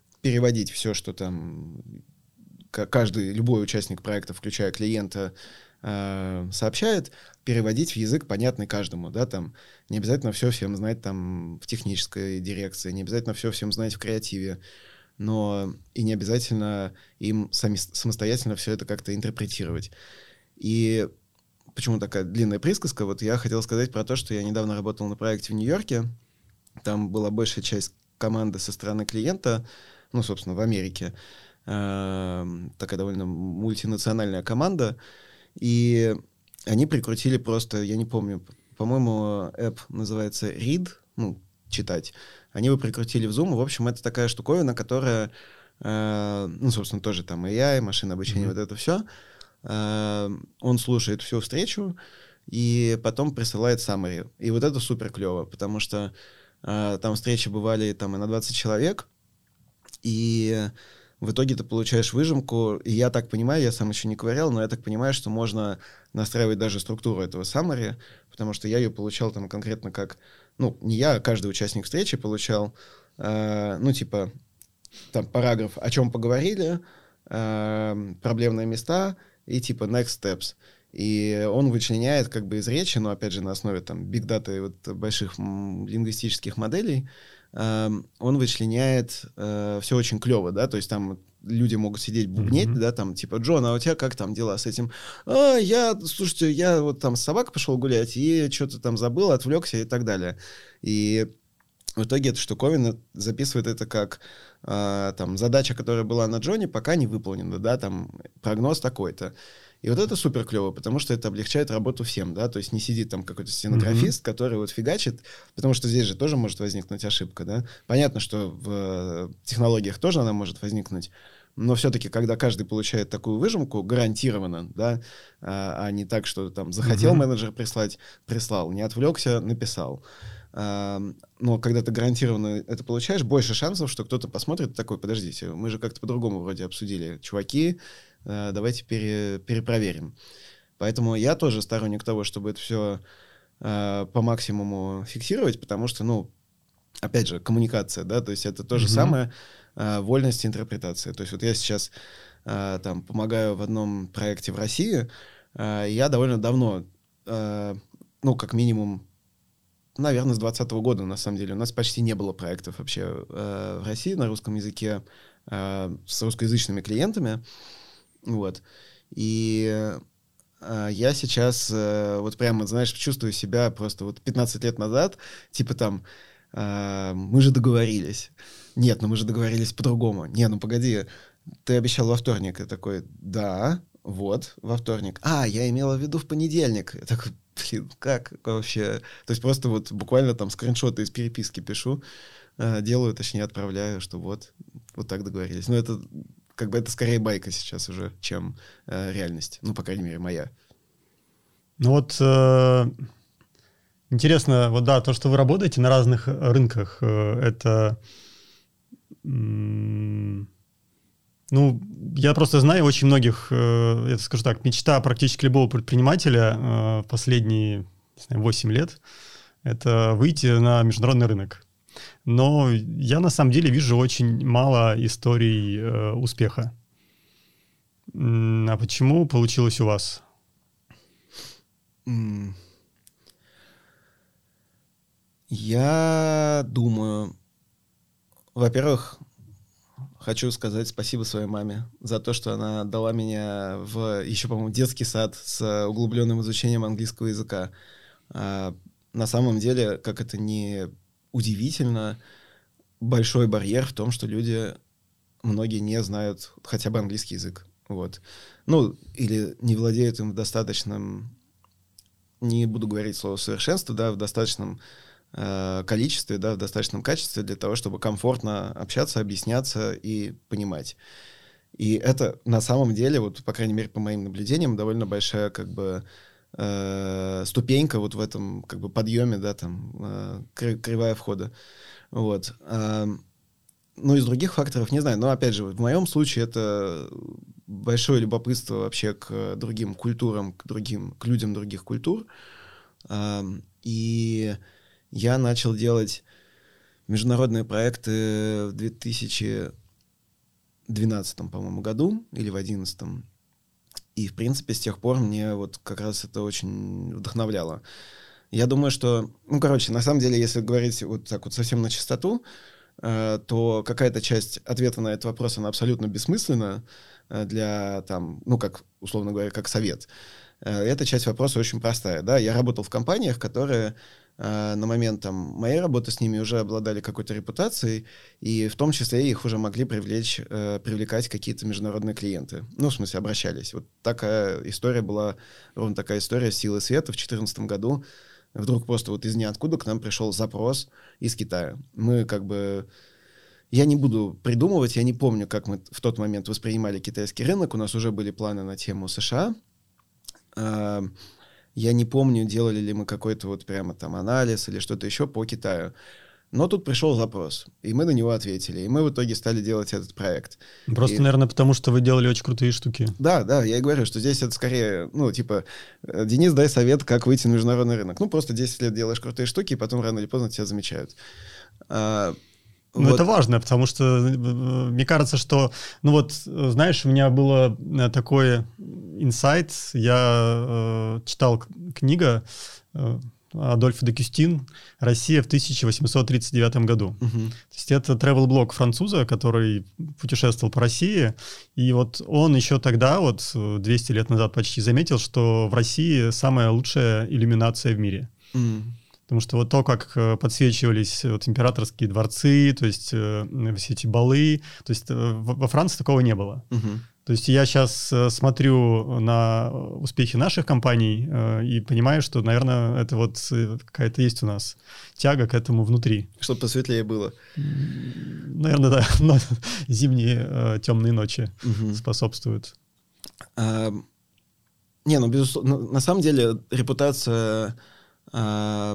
переводить все, что там к- каждый, любой участник проекта, включая клиента, э, сообщает, переводить в язык, понятный каждому, да, там, не обязательно все всем знать там в технической дирекции, не обязательно все всем знать в креативе, но и не обязательно им сами, самостоятельно все это как-то интерпретировать. И почему такая длинная присказка? Вот я хотел сказать про то, что я недавно работал на проекте в Нью-Йорке, там была большая часть команды со стороны клиента, ну, собственно, в Америке, э, такая довольно мультинациональная команда, и они прикрутили просто, я не помню, по-моему, app называется Read, ну, читать. Они его прикрутили в Zoom. В общем, это такая штуковина, которая, э, ну, собственно, тоже там эй ай, машинное обучение, mm-hmm. вот это все. Э, он слушает всю встречу и потом присылает summary. И вот это супер клево, потому что э, там встречи бывали там и на двадцать человек, и в итоге ты получаешь выжимку, и я так понимаю, я сам еще не ковырял, но я так понимаю, что можно настраивать даже структуру этого summary, потому что я ее получал там конкретно как, ну, не я, а каждый участник встречи получал, э, ну, типа, там, параграф, о чем поговорили, э, проблемные места и, типа, next steps. И он вычленяет как бы из речи, но, опять же, на основе там биг-дата и вот больших м, лингвистических моделей, он вычленяет э, все очень клево, да, то есть там люди могут сидеть бубнеть, mm-hmm. да, там, типа, Джон, а у тебя как там дела с этим? А, я, слушайте, я вот там с собакой пошел гулять и что-то там забыл, отвлекся и так далее. И в итоге эта штуковина записывает это как э, там задача, которая была на Джоне, пока не выполнена, да, там прогноз такой-то. И вот это супер клево, потому что это облегчает работу всем, да, то есть не сидит там какой-то стенографист, mm-hmm. который вот фигачит, потому что здесь же тоже может возникнуть ошибка, да. Понятно, что в технологиях тоже она может возникнуть, но все-таки, когда каждый получает такую выжимку, гарантированно, да, а, а не так, что там захотел mm-hmm. менеджер прислать, прислал, не отвлекся, написал. А, но когда ты гарантированно это получаешь, больше шансов, что кто-то посмотрит такой, подождите, мы же как-то по-другому вроде обсудили, чуваки, давайте пере, перепроверим. Поэтому я тоже сторонник того, чтобы это все э, по максимуму фиксировать, потому что, ну, опять же, коммуникация, да, то есть это то же mm-hmm. самое, э, вольность интерпретации. То есть вот я сейчас э, там помогаю в одном проекте в России, э, я довольно давно, э, ну, как минимум, наверное, с двадцатого года, на самом деле, у нас почти не было проектов вообще э, в России на русском языке э, с русскоязычными клиентами. Вот. И э, я сейчас э, вот прямо, знаешь, чувствую себя просто вот пятнадцать лет назад, типа там, э, мы же договорились. Нет, ну мы же договорились по-другому. Не, ну погоди, ты обещал во вторник. Я такой, да, вот, во вторник. А, я имела в виду в понедельник. Я такой, блин, как вообще? То есть просто вот буквально там скриншоты из переписки пишу, э, делаю, точнее отправляю, что вот, вот так договорились. Ну это... Как бы это скорее байка сейчас уже, чем э, реальность. Ну, по крайней мере, моя. Ну вот э, интересно, вот да, то, что вы работаете на разных рынках, э, это... М- ну, я просто знаю очень многих, э, я скажу так, мечта практически любого предпринимателя э, в последние, не знаю, восемь лет — это выйти на международный рынок. Но я на самом деле вижу очень мало историй э, успеха. А почему получилось у вас? Mm. Я думаю, во-первых, хочу сказать спасибо своей маме за то, что она дала меня в еще, по-моему, детский сад с углубленным изучением английского языка. А, на самом деле, как это не удивительно, большой барьер в том, что люди, многие не знают хотя бы английский язык. Вот. Ну, или не владеют им в достаточном, не буду говорить слово совершенство, да, в достаточном э, количестве, да, в достаточном качестве для того, чтобы комфортно общаться, объясняться и понимать. И это на самом деле, вот, по крайней мере, по моим наблюдениям, довольно большая, как бы, э, ступенька вот в этом, как бы, подъеме, да, там, э, кривая входа. Вот. Ну, из других факторов не знаю. Но, опять же, в моем случае это большое любопытство вообще к другим культурам, к другим, к людям других культур. И я начал делать международные проекты в две тысячи двенадцатом, по-моему, году или в две тысячи одиннадцатом. И, в принципе, с тех пор мне вот как раз это очень вдохновляло. Я думаю, что... Ну, короче, на самом деле, если говорить вот так вот совсем на чистоту, э, то какая-то часть ответа на этот вопрос, она абсолютно бессмысленна э, для, там, ну, как, условно говоря, как совет. Э, эта часть вопроса очень простая, да. Я работал в компаниях, которые э, на момент там, моей работы с ними уже обладали какой-то репутацией, и в том числе их уже могли привлечь, э, привлекать какие-то международные клиенты. Ну, в смысле, обращались. Вот такая история была, ровно такая история с «Силой света» в две тысячи четырнадцатом году. Вдруг просто вот из ниоткуда к нам пришел запрос из Китая. Мы как бы... Я не буду придумывать, я не помню, как мы в тот момент воспринимали китайский рынок. У нас уже были планы на тему США. Я не помню, делали ли мы какой-то вот прямо там анализ или что-то еще по Китаю. Но тут пришел запрос, и мы на него ответили. И мы в итоге стали делать этот проект. Просто, и... наверное, потому что вы делали очень крутые штуки. Да, да, я и говорю, что здесь это скорее, ну, типа, Денис, дай совет, как выйти на международный рынок. Ну, просто десять лет делаешь крутые штуки, и потом рано или поздно тебя замечают. А, ну, вот. это важно, потому что мне кажется, что, ну вот, знаешь, у меня было такой инсайт, я э, читал книга э, Адольф де Кюстин «Россия в тысяча восемьсот тридцать девятом году». Uh-huh. То есть это travel-блог француза, который путешествовал по России, и вот он еще тогда, вот двести лет назад почти заметил, что в России самая лучшая иллюминация в мире. Uh-huh. Потому что вот то, как подсвечивались вот императорские дворцы, то есть э, все эти балы, то есть э, во Франции такого не было. Uh-huh. То есть я сейчас э, смотрю на успехи наших компаний э, и понимаю, что, наверное, это вот какая-то есть у нас тяга к этому внутри. Чтобы посветлее было. Наверное, да. Но зимние э, темные ночи uh-huh. способствуют. А, не, ну, безусловно, на самом деле репутация... Я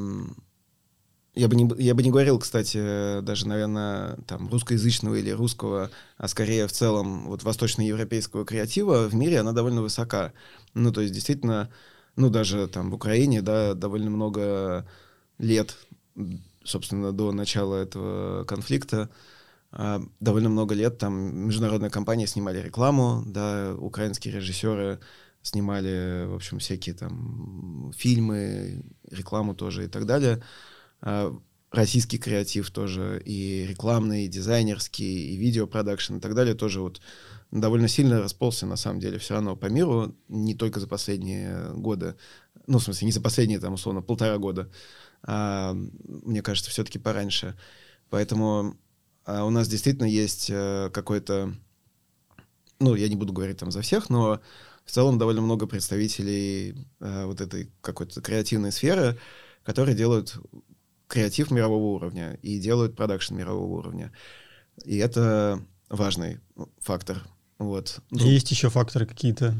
бы, не, я бы не говорил, кстати, даже, наверное, там, русскоязычного или русского, а скорее в целом вот восточноевропейского креатива в мире она довольно высока. Ну, то есть, действительно, ну, даже там в Украине, да, довольно много лет, собственно, до начала этого конфликта, довольно много лет там международные компании снимали рекламу, да, украинские режиссеры снимали, в общем, всякие там фильмы, рекламу тоже и так далее. Российский креатив тоже, и рекламный, и дизайнерский, и видеопродакшн и так далее тоже вот довольно сильно расползся, на самом деле, все равно по миру, не только за последние годы, ну, в смысле, не за последние, там, условно, полтора года, а, мне кажется, все-таки пораньше. Поэтому а у нас действительно есть какой-то, ну, я не буду говорить там за всех, но в целом довольно много представителей э, вот этой какой-то креативной сферы, которые делают креатив мирового уровня и делают продакшн мирового уровня. И это важный фактор. Вот. Есть еще факторы какие-то?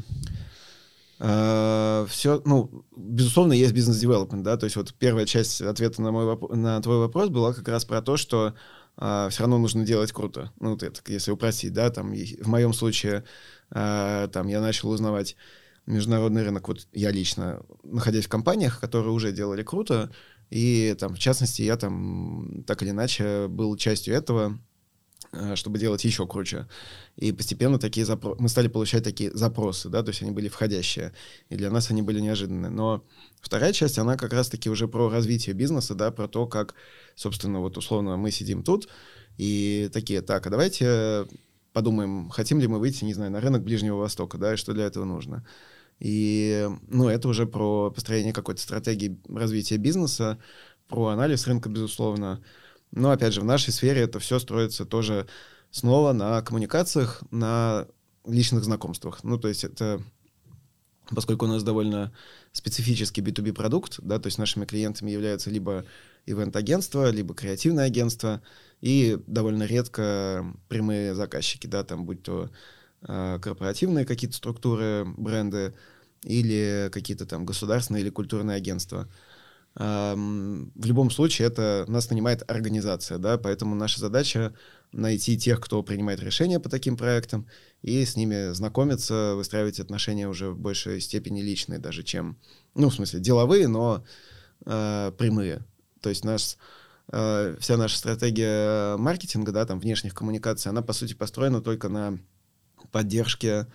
Э, все, ну, безусловно, есть бизнес-девелопмент, да, то есть вот первая часть ответа на, мой воп- на твой вопрос была как раз про то, что Uh, все равно нужно делать круто. Ну, вот это, если упростить, да, там, в моем случае, uh, там, я начал узнавать международный рынок, вот я лично, находясь в компаниях, которые уже делали круто, и, там, в частности, я там, так или иначе, был частью этого, uh, чтобы делать еще круче. И постепенно такие запро- мы стали получать такие запросы, да, то есть они были входящие, и для нас они были неожиданные. Но вторая часть, она как раз-таки уже про развитие бизнеса, да, про то, как, собственно, вот условно мы сидим тут и такие, так, а давайте подумаем, хотим ли мы выйти, не знаю, на рынок Ближнего Востока, да, и что для этого нужно. И, ну, это уже про построение какой-то стратегии развития бизнеса, про анализ рынка, безусловно. Но, опять же, в нашей сфере это все строится тоже снова на коммуникациях, на личных знакомствах. Ну, то есть это... Поскольку у нас довольно специфический би ту би продукт, да, то есть нашими клиентами являются либо ивент-агентства, либо креативное агентство, и довольно редко прямые заказчики, да, там, будь то э, корпоративные какие-то структуры, бренды, или какие-то там государственные или культурные агентства. Эм, в любом случае это нас нанимает организация, да, поэтому наша задача найти тех, кто принимает решения по таким проектам, и с ними знакомиться, выстраивать отношения уже в большей степени личные даже, чем, ну, в смысле, деловые, но э, прямые. То есть наш, э, вся наша стратегия маркетинга, да, там, внешних коммуникаций, она, по сути, построена только на поддержке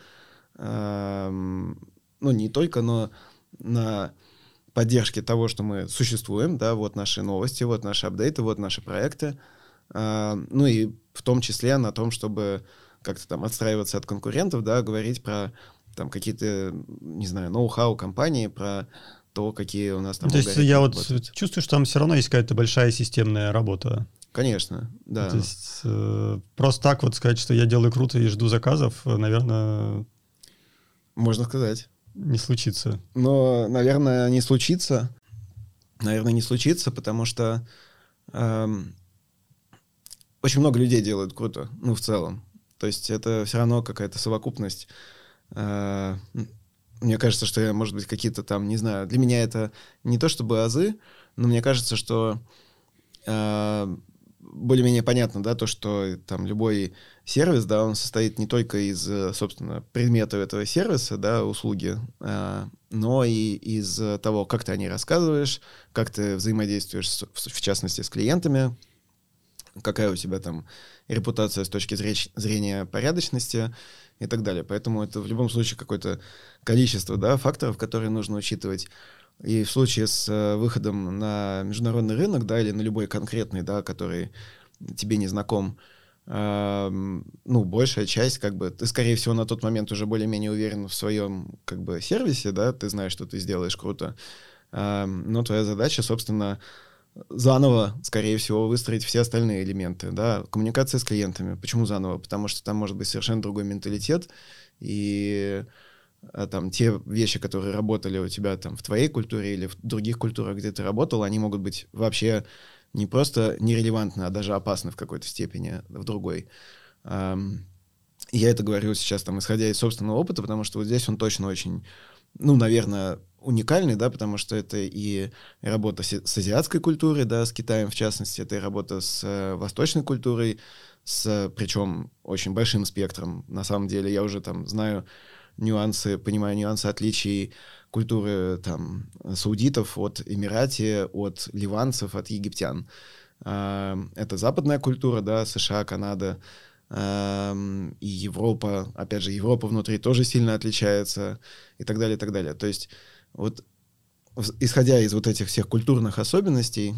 эм, ну, не только, но на поддержке того, что мы существуем, да, вот наши новости, вот наши апдейты, вот наши проекты, э, ну и в том числе на том, чтобы как-то там отстраиваться от конкурентов, да, говорить про там какие-то, не знаю, ноу-хау компании, про то, какие у нас там То есть алгоритмы я вот работают. чувствую, что там все равно есть какая-то большая системная работа. Конечно, да. То есть э, просто так вот сказать, что я делаю круто и жду заказов, наверное, можно сказать. Не случится. Но, наверное, не случится. Наверное, не случится, потому что эм, очень много людей делают круто, ну, в целом. То есть это все равно какая-то совокупность. Э, мне кажется, что я, может быть, какие-то там, не знаю, для меня это не то чтобы азы, но мне кажется, что э, более-менее понятно, да, то, что там любой сервис, да, он состоит не только из, собственно, предметов этого сервиса, да, услуги, э, но и из того, как ты о ней рассказываешь, как ты взаимодействуешь, с, в частности, с клиентами, какая у тебя там репутация с точки зрения порядочности и так далее. Поэтому это в любом случае какое-то количество, да, факторов, которые нужно учитывать. И в случае с э, выходом на международный рынок, да, или на любой конкретный, да, который тебе не знаком, э, ну, большая часть, как бы, ты, скорее всего, на тот момент уже более-менее уверен в своем, как бы, сервисе, да, ты знаешь, что ты сделаешь круто, э, но твоя задача, собственно, заново, скорее всего, выстроить все остальные элементы, да, коммуникация с клиентами. Почему заново? Потому что там может быть совершенно другой менталитет, и а, там те вещи, которые работали у тебя там в твоей культуре или в других культурах, где ты работал, они могут быть вообще не просто нерелевантны, а даже опасны в какой-то степени в другой. Um, я это говорю сейчас, там, исходя из собственного опыта, потому что вот здесь он точно очень, ну, наверное, уникальный, да, потому что это и работа с, с азиатской культурой, да, с Китаем в частности, это и работа с э, восточной культурой, с, причем очень большим спектром. На самом деле я уже там знаю нюансы, понимаю нюансы отличий культуры там саудитов от Эмирати, от ливанцев, от египтян. Э, это западная культура, да, США, Канада, э, и Европа. Опять же, Европа внутри тоже сильно отличается и так далее, и так далее. То есть вот исходя из вот этих всех культурных особенностей,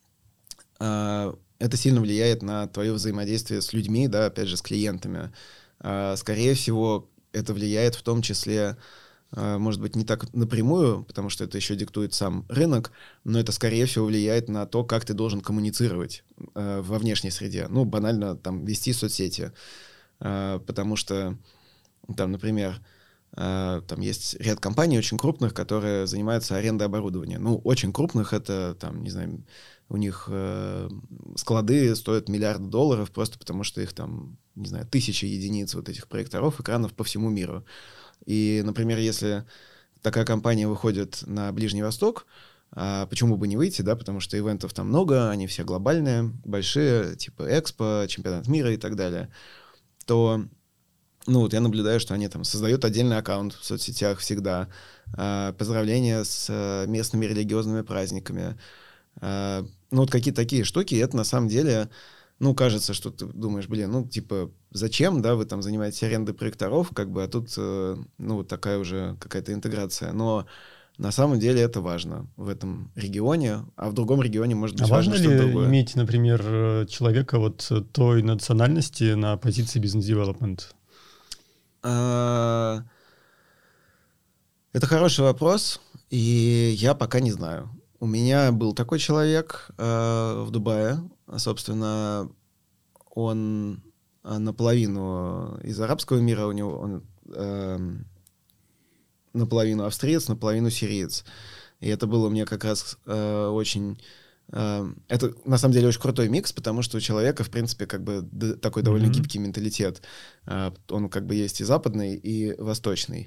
э, это сильно влияет на твое взаимодействие с людьми, да, опять же, с клиентами. Э, скорее всего, это влияет в том числе, э, может быть, не так напрямую, потому что это еще диктует сам рынок, но это, скорее всего, влияет на то, как ты должен коммуницировать э, во внешней среде. Ну, банально, там, вести соцсети. Э, потому что, там, например, там есть ряд компаний очень крупных, которые занимаются арендой оборудования. Ну, очень крупных, это, там, не знаю, у них э, склады стоят миллиарды долларов просто потому, что их там, не знаю, тысячи единиц вот этих проекторов, экранов по всему миру. И, например, если такая компания выходит на Ближний Восток, а почему бы не выйти, да, потому что ивентов там много, они все глобальные, большие, типа Экспо, Чемпионат мира и так далее, то... Ну, вот я наблюдаю, что они там создают отдельный аккаунт в соцсетях всегда, э, поздравления с э, местными религиозными праздниками. Э, ну, вот какие-то такие штуки, и это на самом деле, ну, кажется, что ты думаешь, блин, ну, типа, зачем, да, вы там занимаетесь арендой проекторов, как бы, а тут, э, ну, вот такая уже какая-то интеграция. Но на самом деле это важно в этом регионе, а в другом регионе может быть а важно важно что-то ли другое. Иметь, например, человека вот той национальности на позиции бизнес-девелопмент? Это хороший вопрос, и я пока не знаю. У меня был такой человек э, в Дубае, собственно, он наполовину из арабского мира, у него он э, наполовину австриец, наполовину сириец. И это было мне как раз э, очень... Это, на самом деле, очень крутой микс, потому что у человека, в принципе, как бы д- такой довольно mm-hmm. гибкий менталитет. Он как бы есть и западный, и восточный.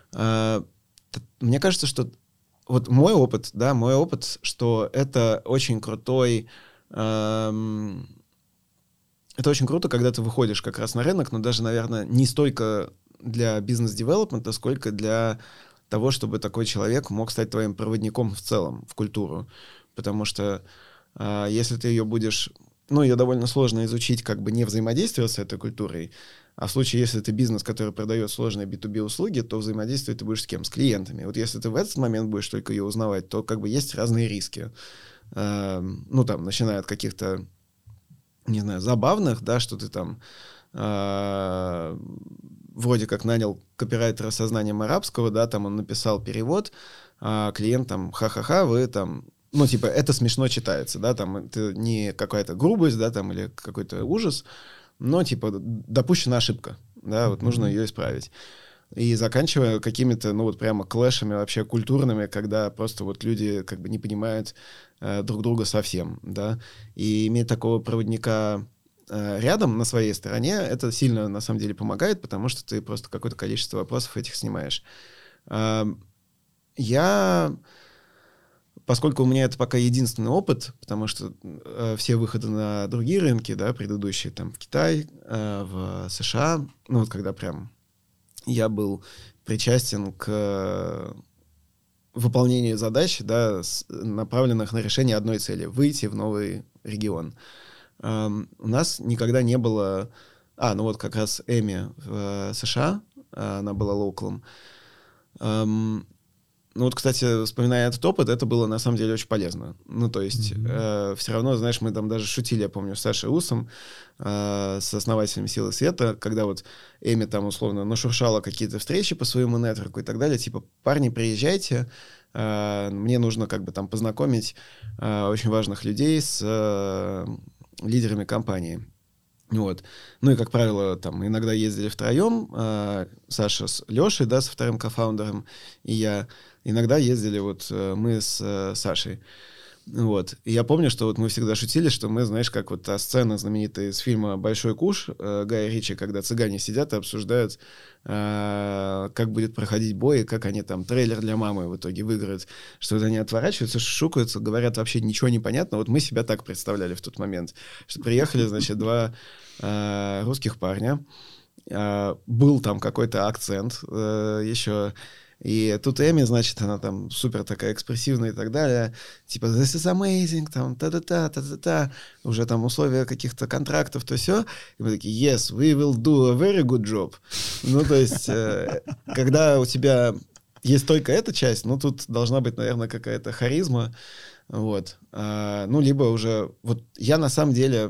Мне кажется, что вот мой опыт, да, мой опыт, что это очень крутой... Эм, это очень круто, когда ты выходишь как раз на рынок, но даже, наверное, не столько для бизнес-девелопмента, сколько для того, чтобы такой человек мог стать твоим проводником в целом, в культуру. Потому что э, если ты ее будешь... Ну, ее довольно сложно изучить, как бы не взаимодействуя с этой культурой. А в случае, если ты бизнес, который продает сложные би ту би услуги, то взаимодействовать ты будешь с кем? С клиентами. Вот если ты в этот момент будешь только ее узнавать, то как бы есть разные риски. Ну, там, начиная от каких-то, не знаю, забавных, да, что ты там вроде как нанял копирайтера со знанием арабского, да, там он написал перевод, а клиент там, ха-ха-ха, вы там, ну, типа, это смешно читается, да, там, это не какая-то грубость, да, там, или какой-то ужас, но, типа, допущена ошибка, да, вот mm-hmm. нужно ее исправить. И заканчивая какими-то, ну, вот прямо клэшами вообще культурными, когда просто вот люди как бы не понимают э, друг друга совсем, да, и иметь такого проводника э, рядом на своей стороне, это сильно, на самом деле, помогает, потому что ты просто какое-то количество вопросов этих снимаешь. Э, я... Поскольку у меня это пока единственный опыт, потому что э, все выходы на другие рынки, да, предыдущие, там, в Китай, э, в США, ну, вот когда прям я был причастен к выполнению задач, да, с, направленных на решение одной цели — выйти в новый регион. Э, у нас никогда не было... А, ну вот как раз Эми в США, она была локалом. Эм, Ну вот, кстати, вспоминая этот опыт, это было на самом деле очень полезно. Ну, то есть mm-hmm. э, все равно, знаешь, мы там даже шутили, я помню, с Сашей Усом, э, с основателем «Силы света», когда вот Эми там условно нашуршала какие-то встречи по своему нетворку и так далее, типа, парни, приезжайте, э, мне нужно как бы там познакомить э, очень важных людей с э, лидерами компании. Вот. Ну и, как правило, там иногда ездили втроем, э, Саша с Лешей, да, со вторым кофаундером, и я. Иногда ездили вот э, мы с э, Сашей. Вот. И я помню, что вот мы всегда шутили, что мы, знаешь, как вот та сцена знаменитая из фильма «Большой куш» э, Гая Ричи, когда цыгане сидят и обсуждают, э, как будет проходить бой, и как они там трейлер для мамы в итоге выиграют. Что вот они отворачиваются, шушукаются, говорят вообще ничего не понятно. Вот мы себя так представляли в тот момент. Что приехали, значит, два э, русских парня. Э, был там какой-то акцент э, еще... И тут Эми, значит, она там супер такая экспрессивная и так далее. Типа, this is amazing, там, та-та-та, та-та-та. Уже там условия каких-то контрактов, то все. И мы такие, yes, we will do a very good job. Ну, то есть, э, когда у тебя есть только эта часть, ну, тут должна быть, наверное, какая-то харизма. Вот. А, ну, либо уже... Вот я на самом деле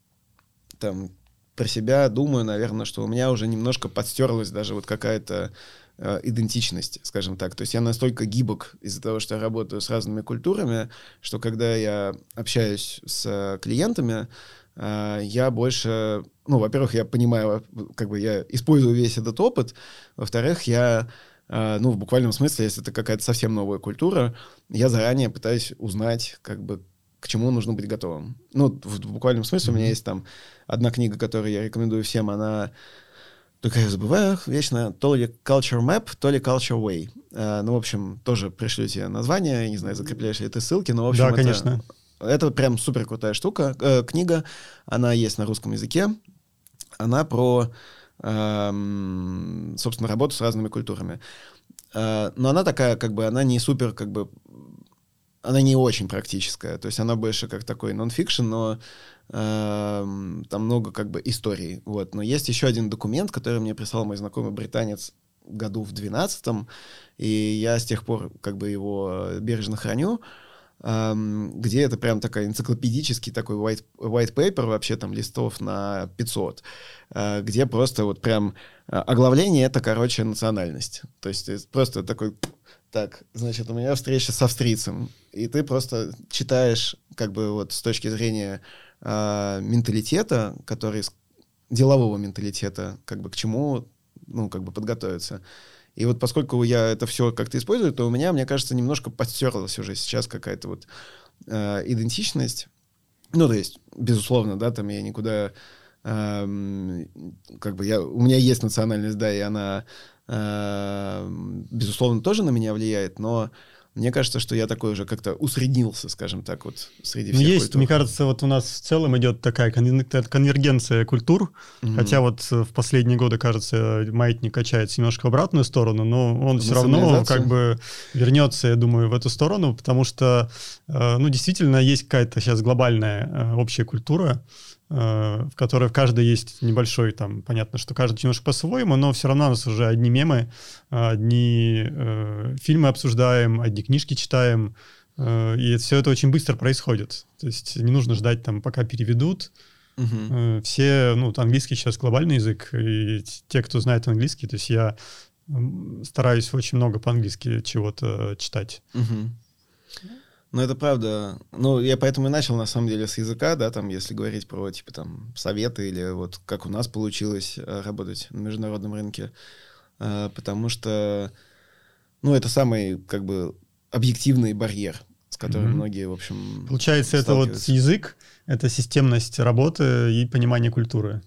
там про себя думаю, наверное, что у меня уже немножко подстерлась даже вот какая-то идентичность, скажем так. То есть я настолько гибок из-за того, что я работаю с разными культурами, что когда я общаюсь с клиентами, я больше... Ну, во-первых, я понимаю, как бы я использую весь этот опыт. Во-вторых, я, ну, в буквальном смысле, если это какая-то совсем новая культура, я заранее пытаюсь узнать, как бы, к чему нужно быть готовым. Ну, в буквальном смысле mm-hmm. у меня есть там одна книга, которую я рекомендую всем, она... Только я забываю вечно, то ли Culture Map, то ли Culture Way. Uh, ну, в общем, тоже пришлю тебе название, не знаю, закрепляешь ли ты ссылки, но, в общем, да, это, конечно. Это прям супер крутая штука, э, книга, она есть на русском языке, она про, э, собственно, работу с разными культурами. Э, но она такая, как бы, она не супер, как бы, она не очень практическая, то есть она больше как такой нон-фикшн, но Uh, там много как бы историй. Вот. Но есть еще один документ, который мне прислал мой знакомый британец году в двенадцатом, и я с тех пор как бы его бережно храню, uh, где это прям такой энциклопедический такой white, white paper, вообще там листов на пятьсот, uh, где просто вот прям оглавление — это, короче, национальность. То есть просто такой... Так, значит, у меня встреча с австрийцем, и ты просто читаешь как бы вот с точки зрения э, менталитета, который, делового менталитета, как бы к чему, ну, как бы подготовиться. И вот поскольку я это все как-то использую, то у меня, мне кажется, немножко подстерлась уже сейчас какая-то вот э, идентичность. Ну, то есть, безусловно, да, там я никуда... Э, как бы я... У меня есть национальность, да, и она... безусловно, тоже на меня влияет, но мне кажется, что я такой уже как-то усреднился, скажем так, вот среди всех есть, культур. Мне кажется, вот у нас в целом идет такая конвергенция культур, mm-hmm. хотя вот в последние годы, кажется, маятник качается немножко в обратную сторону, но он все равно как бы вернется, я думаю, в эту сторону, потому что, ну, действительно, есть какая-то сейчас глобальная общая культура, в которой в каждой есть небольшой, там, понятно, что каждый немножко по-своему, но все равно у нас уже одни мемы, одни э, фильмы обсуждаем, одни книжки читаем, э, и все это очень быстро происходит. То есть не нужно ждать, там, пока переведут. Угу. Э, все, ну, английский сейчас глобальный язык, и те, кто знает английский, то есть я стараюсь очень много по-английски чего-то читать. Угу. Ну, это правда. Ну, я поэтому и начал, на самом деле, с языка, да, там, если говорить про, типа, там, советы или вот как у нас получилось работать на международном рынке. Потому что, ну, это самый, как бы, объективный барьер, с которым mm-hmm. многие, в общем, получается, это вот язык, это системность работы и понимание культуры.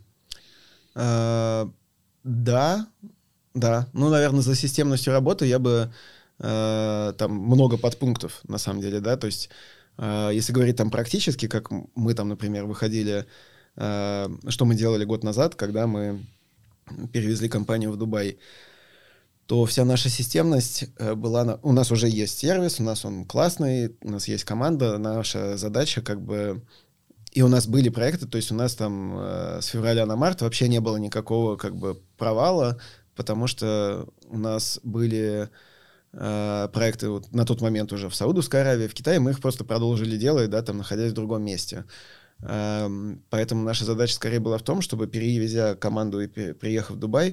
А, да, да. Ну, наверное, за системностью работы я бы... там много подпунктов, на самом деле, да, то есть, если говорить там практически, как мы там, например, выходили, что мы делали год назад, когда мы перевезли компанию в Дубай, то вся наша системность была... На... У нас уже есть сервис, у нас он классный, у нас есть команда, наша задача как бы... И у нас были проекты, то есть у нас там с февраля на март вообще не было никакого как бы провала, потому что у нас были... проекты вот на тот момент уже в Саудовской Аравии, в Китае, мы их просто продолжили делать, да, там, находясь в другом месте. Поэтому наша задача скорее была в том, чтобы, перевезя команду и приехав в Дубай,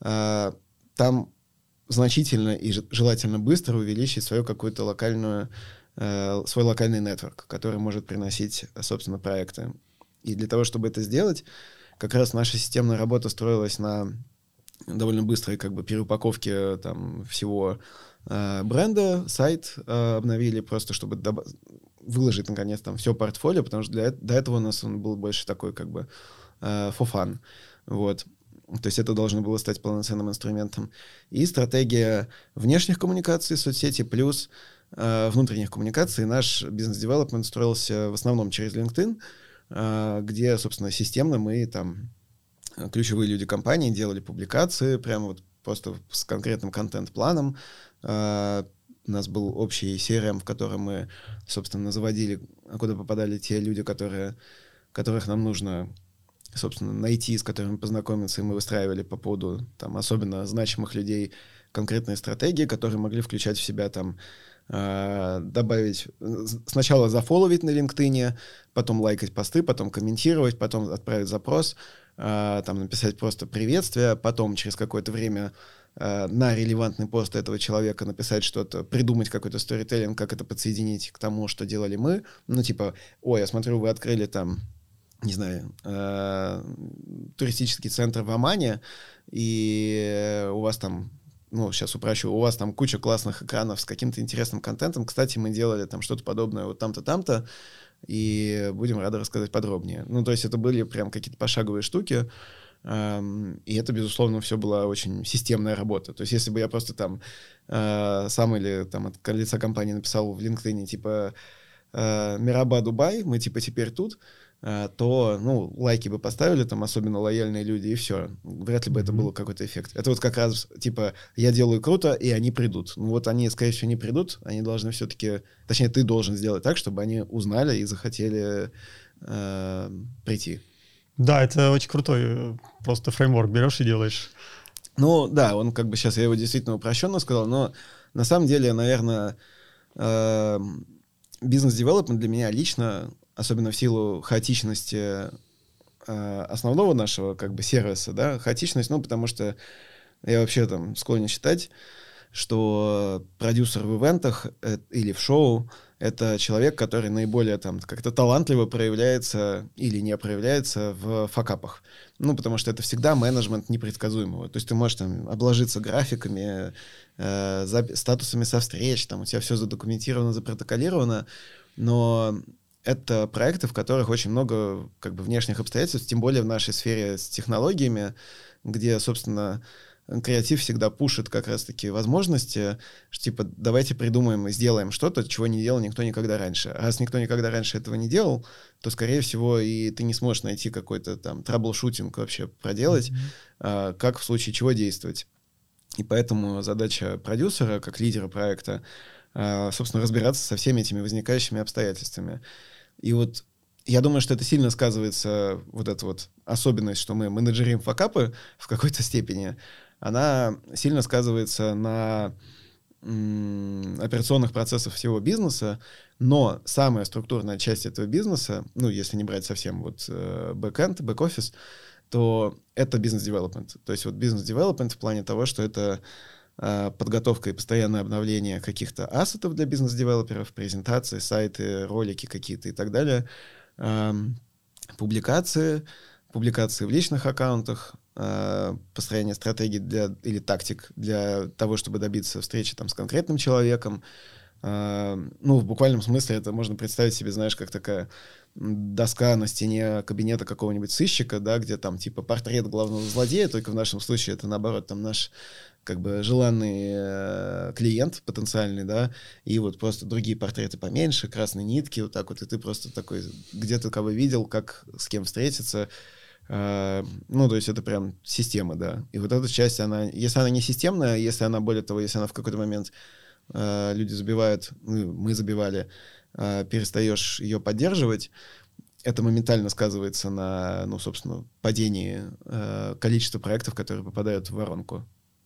там значительно и желательно быстро увеличить свою какую-то локальную, свой локальный нетворк, который может приносить, собственно, проекты. И для того, чтобы это сделать, как раз наша системная работа строилась на довольно быстрой как бы переупаковке там всего бренда, сайт э, обновили просто, чтобы доб- выложить, наконец, там все портфолио, потому что для, до этого у нас он был больше такой, как бы, э, for fun. Вот. То есть это должно было стать полноценным инструментом. И стратегия внешних коммуникаций, соцсети, плюс э, внутренних коммуникаций. Наш бизнес-девелопмент строился в основном через LinkedIn, э, где, собственно, системно мы там, ключевые люди компании, делали публикации, прямо вот просто с конкретным контент-планом. Uh, у нас был общий си эр эм, в котором мы, собственно, заводили, куда попадали те люди, которые, которых нам нужно, собственно, найти, с которыми познакомиться, и мы выстраивали по поводу там, особенно значимых людей конкретные стратегии, которые могли включать в себя там, uh, добавить, сначала зафоловить на LinkedIn, потом лайкать посты, потом комментировать, потом отправить запрос, uh, там написать просто приветствие, потом через какое-то время на релевантный пост этого человека написать что-то, придумать какой-то сторителлинг, как это подсоединить к тому, что делали мы. Ну, типа, ой, я смотрю, вы открыли там, не знаю, э, туристический центр в Омане, и у вас там, ну, сейчас упрощу, у вас там куча классных экранов с каким-то интересным контентом. Кстати, мы делали там что-то подобное вот там-то, там-то, и будем рады рассказать подробнее. Ну, то есть это были прям какие-то пошаговые штуки, Um, и это, безусловно, все была очень системная работа. То есть, если бы я просто там uh, сам или там от лица компании написал в LinkedIn, типа uh, «Мираба, Дубай, мы типа теперь тут», uh, то, ну, лайки бы поставили, там, особенно лояльные люди, и все. Вряд ли бы mm-hmm. это был какой-то эффект. Это вот как раз, типа, я делаю круто, и они придут. Ну, вот они, скорее всего, не придут, они должны все-таки... Точнее, ты должен сделать так, чтобы они узнали и захотели uh, прийти. Да, это очень крутой просто фреймворк берешь и делаешь. Ну, да, он как бы сейчас, я его действительно упрощенно сказал, но на самом деле, наверное, э, бизнес-девелопмент для меня лично, особенно в силу хаотичности э, основного нашего как бы сервиса, да, хаотичность, ну, потому что я вообще там склонен считать, что продюсер в ивентах э, или в шоу — это человек, который наиболее там как-то талантливо проявляется или не проявляется в факапах. Ну, потому что это всегда менеджмент непредсказуемого. То есть ты можешь там обложиться графиками, э, запи- статусами со встреч, там у тебя все задокументировано, запротоколировано, но это проекты, в которых очень много как бы внешних обстоятельств, тем более в нашей сфере с технологиями, где, собственно, креатив всегда пушит как раз-таки возможности, что типа давайте придумаем и сделаем что-то, чего не делал никто никогда раньше. А раз никто никогда раньше этого не делал, то, скорее всего, и ты не сможешь найти какой-то там траблшутинг вообще проделать, mm-hmm. а, как в случае чего действовать. И поэтому задача продюсера, как лидера проекта, а, собственно, разбираться со всеми этими возникающими обстоятельствами. И вот я думаю, что это сильно сказывается, вот эта вот особенность, что мы менеджерим факапы в какой-то степени, она сильно сказывается на м, операционных процессах всего бизнеса, но самая структурная часть этого бизнеса, ну, если не брать совсем вот э, бэк-энд, бэк-офис, то это бизнес-девелопмент. То есть вот бизнес-девелопмент в плане того, что это э, подготовка и постоянное обновление каких-то ассетов для бизнес-девелоперов, презентации, сайты, ролики какие-то и так далее, э, публикации, публикации в личных аккаунтах, э, построение стратегий для, или тактик для того, чтобы добиться встречи там, с конкретным человеком. Э, ну, в буквальном смысле это можно представить себе, знаешь, как такая доска на стене кабинета какого-нибудь сыщика, да, где там типа портрет главного злодея, только в нашем случае это наоборот там наш как бы желанный э, клиент потенциальный, да, и вот просто другие портреты поменьше, красные нитки, вот так вот, и ты просто такой где-то кого видел, как с кем встретиться, э, ну, то есть это прям система, да, и вот эта часть, она, если она не системная, если она, более того, если она в какой-то момент э, люди забивают, ну, мы забивали, перестаешь ее поддерживать, это моментально сказывается на, ну, собственно, падении э, количества проектов, которые попадают в воронку.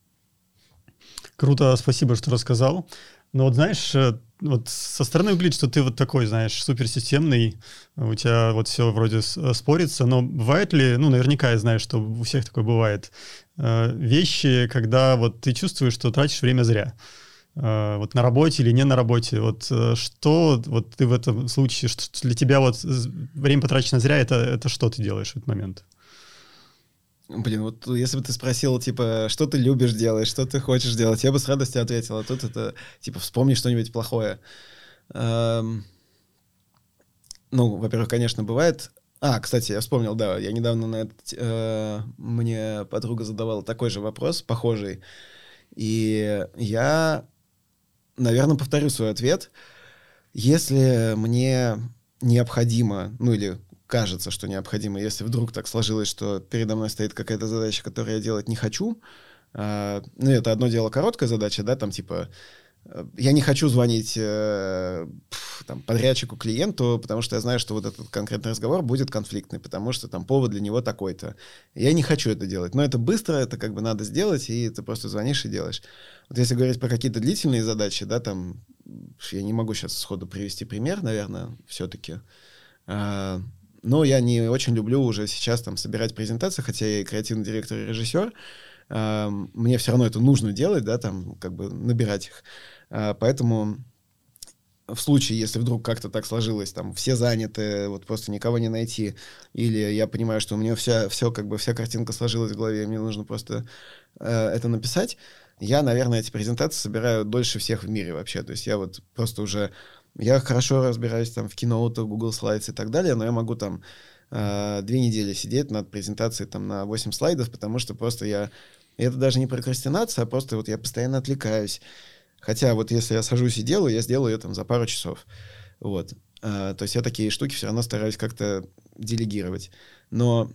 Круто, спасибо, что рассказал. Но вот знаешь, вот со стороны выглядит, что ты вот такой, знаешь, суперсистемный, у тебя вот все вроде спорится, но бывает ли, ну, наверняка я знаю, что у всех такое бывает, э, вещи, когда вот ты чувствуешь, что тратишь время зря. Вот на работе или не на работе, вот что вот ты в этом случае, что для тебя вот время потрачено зря, это, это что ты делаешь в этот момент? Блин, вот если бы ты спросил, типа, что ты любишь делать, что ты хочешь делать, я бы с радостью ответил, а тут это, типа, вспомни что-нибудь плохое. Эм... Ну, во-первых, конечно, бывает... А, кстати, я вспомнил, да, я недавно на этот... Э, мне подруга задавала такой же вопрос, похожий, и я... Наверное, повторю свой ответ. Если мне необходимо, ну или кажется, что необходимо, если вдруг так сложилось, что передо мной стоит какая-то задача, которую я делать не хочу, э, ну это одно дело короткая задача, да, там типа э, я не хочу звонить э, там, подрядчику, клиенту, потому что я знаю, что вот этот конкретный разговор будет конфликтный, потому что там повод для него такой-то. Я не хочу это делать, но это быстро, это как бы надо сделать, и ты просто звонишь и делаешь. Вот если говорить про какие-то длительные задачи, да, там, я не могу сейчас сходу привести пример, наверное, все-таки, а, но я не очень люблю уже сейчас там собирать презентации, хотя я и креативный директор, и режиссер, а, мне все равно это нужно делать, да, там, как бы набирать их, а, поэтому в случае, если вдруг как-то так сложилось, там, все заняты, вот просто никого не найти, или я понимаю, что у меня вся, все, как бы, вся картинка сложилась в голове, мне нужно просто э, это написать, я, наверное, эти презентации собираю дольше всех в мире вообще. То есть я вот просто уже... Я хорошо разбираюсь там в Keynote, Google Slides и так далее, но я могу там э, две недели сидеть над презентацией там на восемь слайдов, потому что просто я... И это даже не прокрастинация, а просто вот я постоянно отвлекаюсь. Хотя вот если я сажусь и делаю, я сделаю ее там за пару часов. Вот. Э, то есть я такие штуки все равно стараюсь как-то делегировать. Но...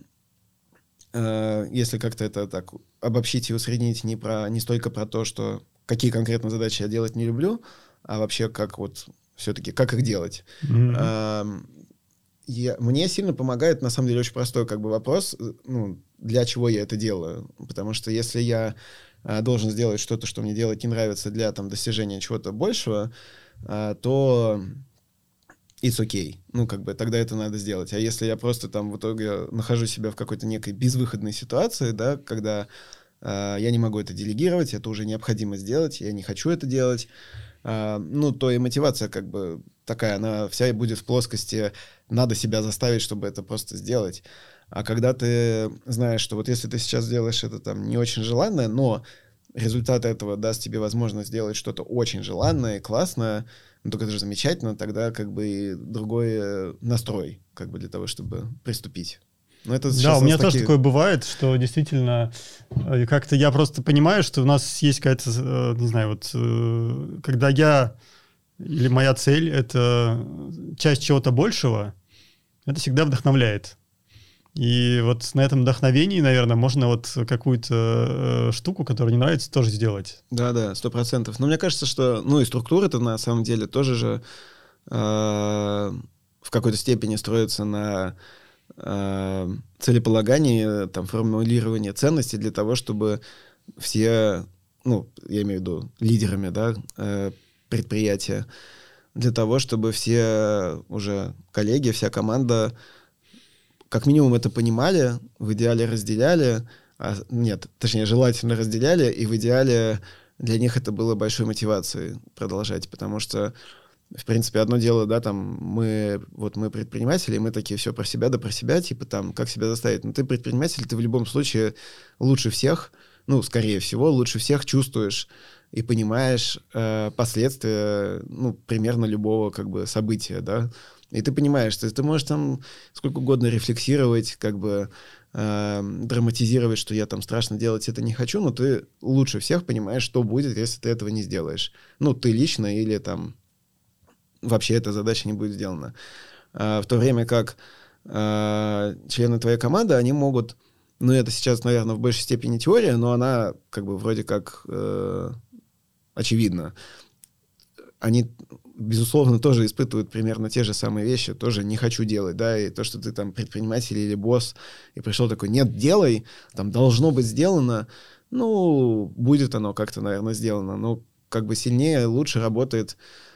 если как-то это так обобщить и усреднить, не, про, не столько про то, что какие конкретно задачи я делать не люблю, а вообще как вот все-таки, как их делать. Mm-hmm. А, я, мне сильно помогает, на самом деле, очень простой как бы вопрос, ну, для чего я это делаю. Потому что если я а, должен сделать что-то, что мне делать не нравится для там, достижения чего-то большего, а, то... it's okay. Ну, как бы, тогда это надо сделать. А если я просто там в итоге нахожу себя в какой-то некой безвыходной ситуации, да, когда э, я не могу это делегировать, это уже необходимо сделать, я не хочу это делать, э, ну, то и мотивация как бы такая, она вся будет в плоскости надо себя заставить, чтобы это просто сделать. А когда ты знаешь, что вот если ты сейчас делаешь это там не очень желанное, но результат этого даст тебе возможность сделать что-то очень желанное и классное, ну, только это же замечательно, тогда как бы и другой настрой как бы для того, чтобы приступить. Но это да, у меня такие... тоже такое бывает, что действительно как-то я просто понимаю, что у нас есть какая-то, не знаю, вот когда я или моя цель — это часть чего-то большего, это всегда вдохновляет. И вот на этом вдохновении, наверное, можно вот какую-то э, штуку, которая не нравится, тоже сделать. Да-да, сто процентов. Но мне кажется, что, ну, и структура-то на самом деле тоже же, э, в какой-то степени строится на э, целеполагании, там, формулировании ценностей для того, чтобы все, ну, я имею в виду лидерами, да, э, предприятия, для того, чтобы все уже коллеги, вся команда как минимум это понимали, в идеале разделяли, а, нет, точнее, желательно разделяли, и в идеале для них это было большой мотивацией продолжать, потому что, в принципе, одно дело, да, там, мы, вот мы предприниматели, мы такие, все про себя, да про себя, типа, там, как себя заставить, но ты предприниматель, ты в любом случае лучше всех, ну, скорее всего, лучше всех чувствуешь и понимаешь э, последствия, ну, примерно любого, как бы, события, да, и ты понимаешь, что ты можешь там сколько угодно рефлексировать, как бы э, драматизировать, что я там страшно делать это не хочу, но ты лучше всех понимаешь, что будет, если ты этого не сделаешь. Ну, ты лично или там вообще эта задача не будет сделана. А, в то время как э, члены твоей команды, они могут, ну, это сейчас, наверное, в большей степени теория, но она как бы вроде как э, очевидна. Они, безусловно, тоже испытывают примерно те же самые вещи, тоже не хочу делать, да, и то, что ты там предприниматель или босс, и пришел такой, нет, делай, там должно быть сделано, ну, будет оно как-то, наверное, сделано, но как бы сильнее, лучше работает,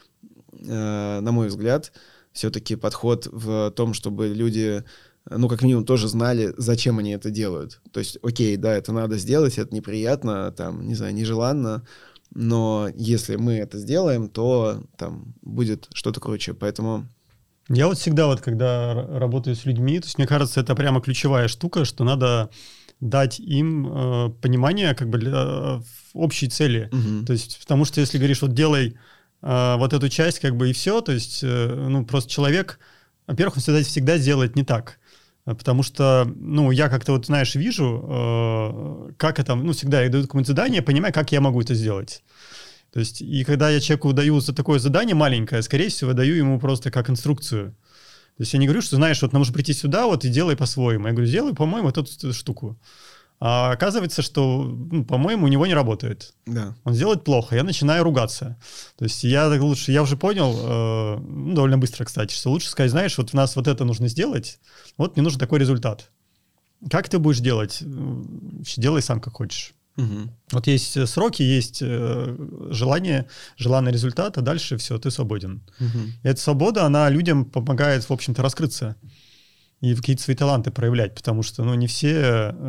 э, на мой взгляд, все-таки подход в том, чтобы люди, ну, как минимум, тоже знали, зачем они это делают. То есть, окей, да, это надо сделать, это неприятно, там, не знаю, нежеланно, но если мы это сделаем, то там будет что-то круче, поэтому... Я вот всегда вот, когда работаю с людьми, то есть мне кажется, это прямо ключевая штука, что надо дать им э, понимание как бы для, э, общей цели. Угу. То есть, потому что если говоришь, вот делай э, вот эту часть, как бы и все, то есть, э, ну, просто человек, во-первых, он всегда, всегда сделает не так. Потому что, ну, я как-то вот, знаешь, вижу, э, как это, ну, всегда я даю какое-нибудь задание, понимаю, как я могу это сделать. То есть, и когда я человеку даю за такое задание маленькое, скорее всего, даю ему просто как инструкцию. То есть я не говорю, что, знаешь, вот нам нужно прийти сюда, вот, и делай по-своему. Я говорю, сделай, по-моему, вот эту, эту штуку. А оказывается, что, ну, по-моему, у него не работает. Да. Он делает плохо, я начинаю ругаться. То есть я лучше, я уже понял, э, ну, довольно быстро, кстати, что лучше сказать, знаешь, вот у нас вот это нужно сделать, вот мне нужен такой результат. Как ты будешь делать? Делай сам, как хочешь. Угу. Вот есть сроки, есть э, желание, желанный результат, а дальше все, ты свободен. Угу. И эта свобода, она людям помогает, в общем-то, раскрыться и какие-то свои таланты проявлять, потому что, ну, не все...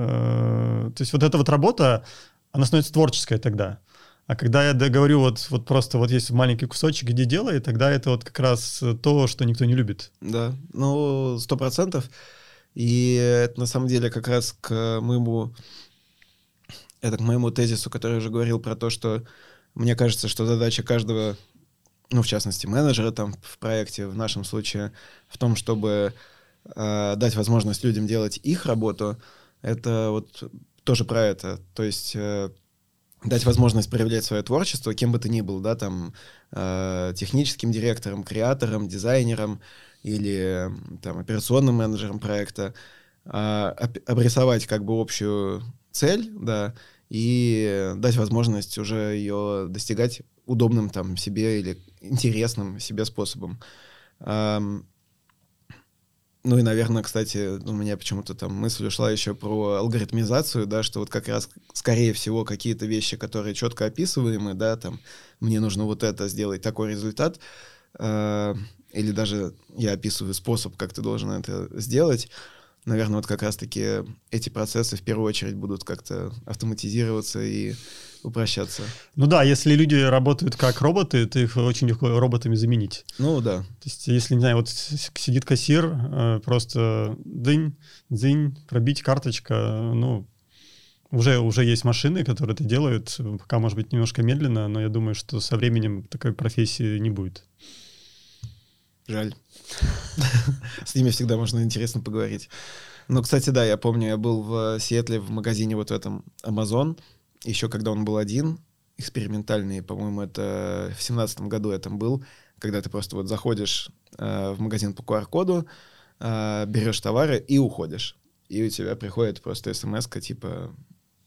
Э, то есть вот эта вот работа, она становится творческой тогда. А когда я говорю вот, вот просто вот есть маленький кусочек, где делай, тогда это вот как раз то, что никто не любит. Да, ну, сто процентов. И это на самом деле как раз к моему... Это к моему тезису, который я уже говорил про то, что мне кажется, что задача каждого, ну, в частности, менеджера там в проекте, в нашем случае, в том, чтобы э, дать возможность людям делать их работу, это вот тоже про это. То есть э, дать возможность проявлять свое творчество, кем бы ты ни был, да, там, э, техническим директором, креатором, дизайнером или там операционным менеджером проекта, э, обрисовать как бы общую цель, да, и дать возможность уже ее достигать удобным там себе или интересным себе способом. Um, ну и, наверное, кстати, у меня почему-то там мысль ушла еще про алгоритмизацию, да, что вот как раз, скорее всего, какие-то вещи, которые четко описываемы, да, там, мне нужно вот это сделать, такой результат, uh, или даже я описываю способ, как ты должен это сделать, наверное, вот как раз-таки эти процессы в первую очередь будут как-то автоматизироваться и упрощаться. Ну да, если люди работают как роботы, то их очень легко роботами заменить. Ну да. То есть если, не знаю, вот сидит кассир, просто дынь, дзынь, пробить карточка, ну, уже, уже есть машины, которые это делают, пока, может быть, немножко медленно, но я думаю, что со временем такой профессии не будет. Жаль. С ними всегда можно интересно поговорить. Ну, кстати, да, я помню, я был в Сиэтле в магазине вот в этом Amazon, еще когда он был один, экспериментальный, по-моему, это в семнадцатом году я там был, когда ты просто вот заходишь э, в магазин по ку ар-коду, э, берешь товары и уходишь. И у тебя приходит просто смс-ка типа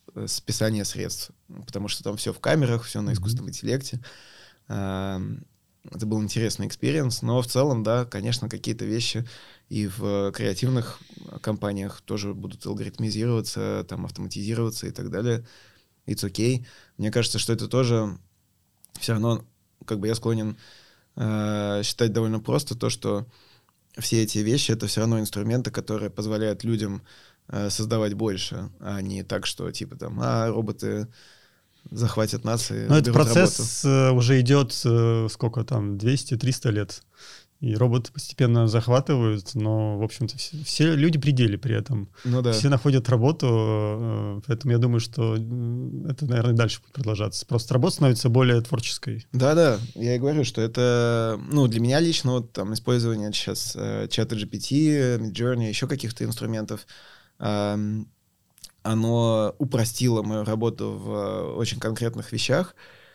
списание средств, потому что там все в камерах, все на искусственном интеллекте. Э, это был интересный экспириенс, но в целом, да, конечно, какие-то вещи и в креативных компаниях тоже будут алгоритмизироваться, там, автоматизироваться и так далее. It's okay. Мне кажется, что это тоже все равно, как бы я склонен э, считать довольно просто то, что все эти вещи — это все равно инструменты, которые позволяют людям э, создавать больше, а не так, что типа там, а роботы захватят нас и Но этот заберут процесс работу. уже идет, сколько там, двести-триста лет. И роботы постепенно захватывают, но, в общем-то, все, все люди при деле при этом. Ну да. Все находят работу, поэтому я думаю, что это, наверное, дальше будет продолжаться. Просто работа становится более творческой. Да-да, я и говорю, что это, ну, для меня лично вот там использование сейчас э, чата джи пи ти, Midjourney, еще каких-то инструментов, э, оно упростило мою работу в э, очень конкретных вещах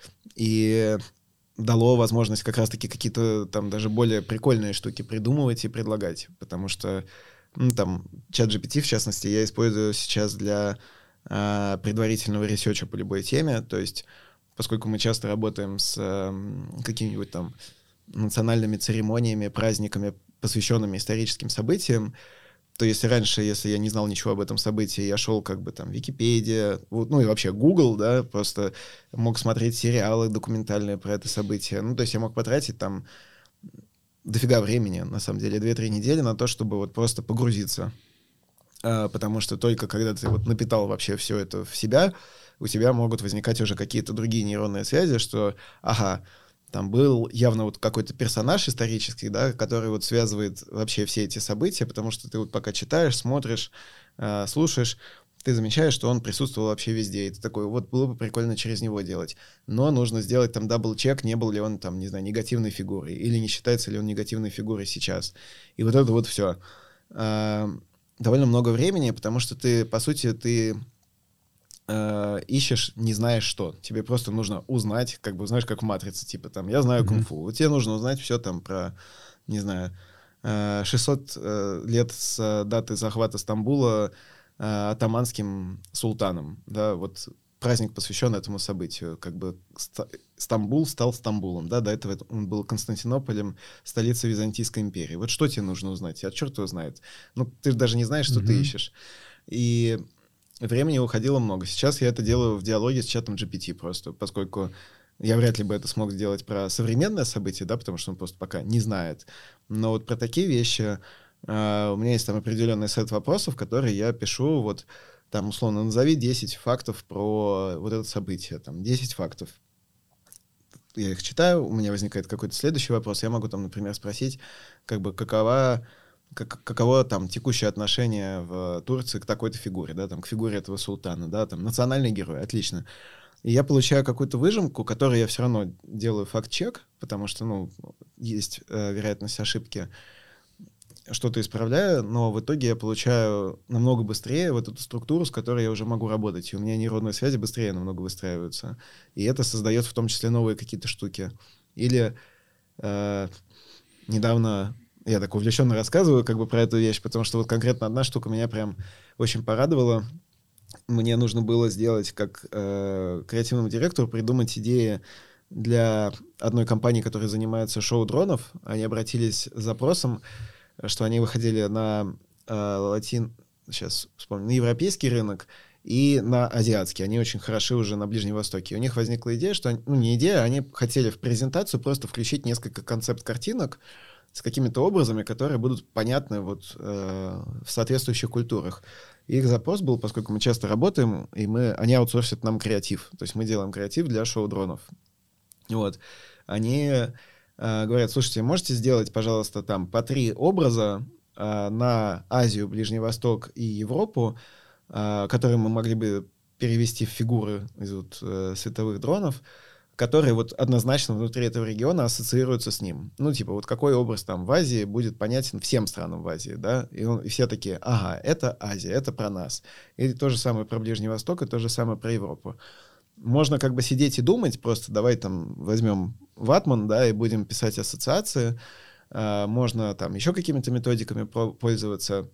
и дало возможность как раз-таки какие-то там даже более прикольные штуки придумывать и предлагать, потому что, ну, там, чат джи пи ти, в частности, я использую сейчас для э, предварительного ресерча по любой теме, то есть поскольку мы часто работаем с э, какими-нибудь там национальными церемониями, праздниками, посвященными историческим событиям, то если раньше, если я не знал ничего об этом событии, я шел как бы там Википедия, вот, ну и вообще Google, да, просто мог смотреть сериалы документальные про это событие. Ну, то есть я мог потратить там дофига времени, на самом деле, две-три недели на то, чтобы вот просто погрузиться. А, потому что только когда ты вот напитал вообще все это в себя, у тебя могут возникать уже какие-то другие нейронные связи, что, ага, там был явно вот какой-то персонаж исторический, да, который вот связывает вообще все эти события, потому что ты вот пока читаешь, смотришь, э, слушаешь, ты замечаешь, что он присутствовал вообще везде. И ты такой, вот было бы прикольно через него делать. Но нужно сделать там дабл-чек, не был ли он там, не знаю, негативной фигурой, или не считается ли он негативной фигурой сейчас. И вот это вот все. Э, довольно много времени, потому что ты, по сути, ты... Uh, ищешь, не знаешь что. Тебе просто нужно узнать, как бы, знаешь, как в «Матрице», типа, там, я знаю mm-hmm. кунг-фу. Вот тебе нужно узнать все там про, не знаю, шестьсот uh, лет с даты захвата Стамбула uh, атаманским султаном. Да, вот праздник посвящен этому событию. Как бы Ст- Стамбул стал Стамбулом, да, до этого он был Константинополем, столицей Византийской империи. Вот что тебе нужно узнать? А черт его знает. Ну, ты же даже не знаешь, что mm-hmm. ты ищешь. И времени уходило много. Сейчас я это делаю в диалоге с чатом джи пи ти просто, поскольку я вряд ли бы это смог сделать про современное событие, да, потому что он просто пока не знает. Но вот про такие вещи э, у меня есть там определенный сет вопросов, которые я пишу, вот там, условно, назови десять фактов про вот это событие, там, десять фактов. Я их читаю, у меня возникает какой-то следующий вопрос, я могу там, например, спросить, как бы, какова... Как, каково там текущее отношение в Турции к такой-то фигуре, да, там, к фигуре этого султана, да, там, национальный герой, отлично. И я получаю какую-то выжимку, которой я все равно делаю факт-чек, потому что, ну, есть э, вероятность ошибки, что-то исправляю, но в итоге я получаю намного быстрее вот эту структуру, с которой я уже могу работать, и у меня нейронные связи быстрее намного выстраиваются. И это создает в том числе новые какие-то штуки. Или э, недавно... Я так увлеченно рассказываю как бы про эту вещь, потому что вот конкретно одна штука меня прям очень порадовала. Мне нужно было сделать, как э, креативному директору, придумать идеи для одной компании, которая занимается шоу дронов. Они обратились с запросом, что они выходили на э, латин... Сейчас вспомню. На европейский рынок и на азиатский. Они очень хороши уже на Ближнем Востоке. И у них возникла идея, что... Ну, не идея, они хотели в презентацию просто включить несколько концепт-картинок с какими-то образами, которые будут понятны вот, э, в соответствующих культурах. И их запрос был, поскольку мы часто работаем, и мы, они аутсорсят нам креатив. То есть мы делаем креатив для шоу-дронов. Вот. Они э, говорят, слушайте, можете сделать, пожалуйста, там по три образа э, на Азию, Ближний Восток и Европу, э, которые мы могли бы перевести в фигуры из вот, э, световых дронов, которые вот однозначно внутри этого региона ассоциируются с ним. Ну, типа, вот какой образ там в Азии будет понятен всем странам в Азии, да? И, он, и все такие, ага, это Азия, это про нас. И то же самое про Ближний Восток, и то же самое про Европу. Можно как бы сидеть и думать, просто давай там возьмем ватман, да, и будем писать ассоциации. А, можно там еще какими-то методиками пользоваться.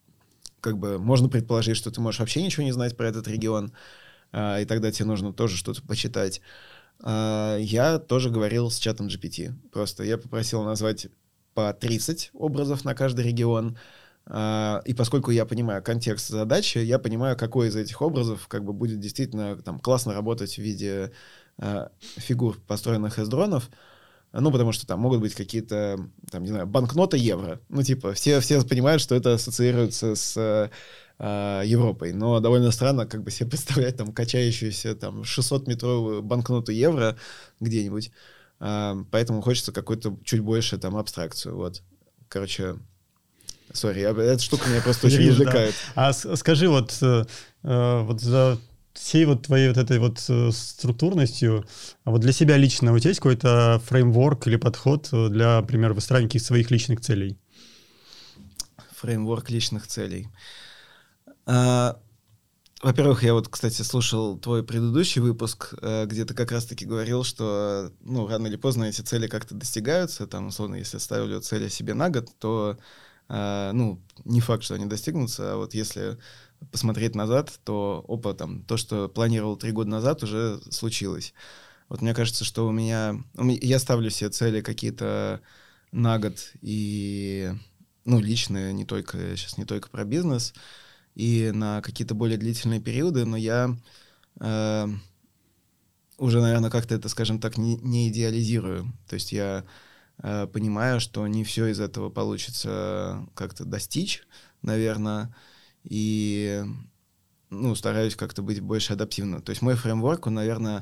Как бы можно предположить, что ты можешь вообще ничего не знать про этот регион, а, и тогда тебе нужно тоже что-то почитать. Uh, я тоже говорил с чатом джи пи ти. Просто я попросил назвать по тридцать образов на каждый регион. Uh, и поскольку я понимаю контекст задачи, я понимаю, какой из этих образов как бы будет действительно там, классно работать в виде uh, фигур, построенных из дронов. Ну, потому что там могут быть какие-то, там, не знаю, банкноты евро. Ну, типа, все, все понимают, что это ассоциируется с э, Европой. Но довольно странно как бы себе представлять там качающуюся там шестисотметровую банкноту евро где-нибудь. Э, поэтому хочется какую-то чуть больше там абстракцию. Вот. Короче, сори, эта штука меня просто очень увлекает. А скажи, вот, вот за... всей вот твоей вот этой вот э, структурностью, а вот для себя лично у тебя есть какой-то фреймворк или подход для, например, выстраивания каких-то своих личных целей? Фреймворк личных целей. А, во-первых, я вот, кстати, слушал твой предыдущий выпуск, где ты как раз-таки говорил, что ну, рано или поздно эти цели как-то достигаются. Там, условно, если ставлю цели себе на год, то а, ну, не факт, что они достигнутся, а вот если посмотреть назад, то опа, там, то, что планировал три года назад, уже случилось. Вот мне кажется, что у меня... Я ставлю себе цели какие-то на год и... Ну, личные, не только... Сейчас не только про бизнес. И на какие-то более длительные периоды, но я э, уже, наверное, как-то это, скажем так, не, не идеализирую. То есть я э, понимаю, что не все из этого получится как-то достичь, наверное, и, ну, стараюсь как-то быть больше адаптивным. То есть мой фреймворк, он, наверное...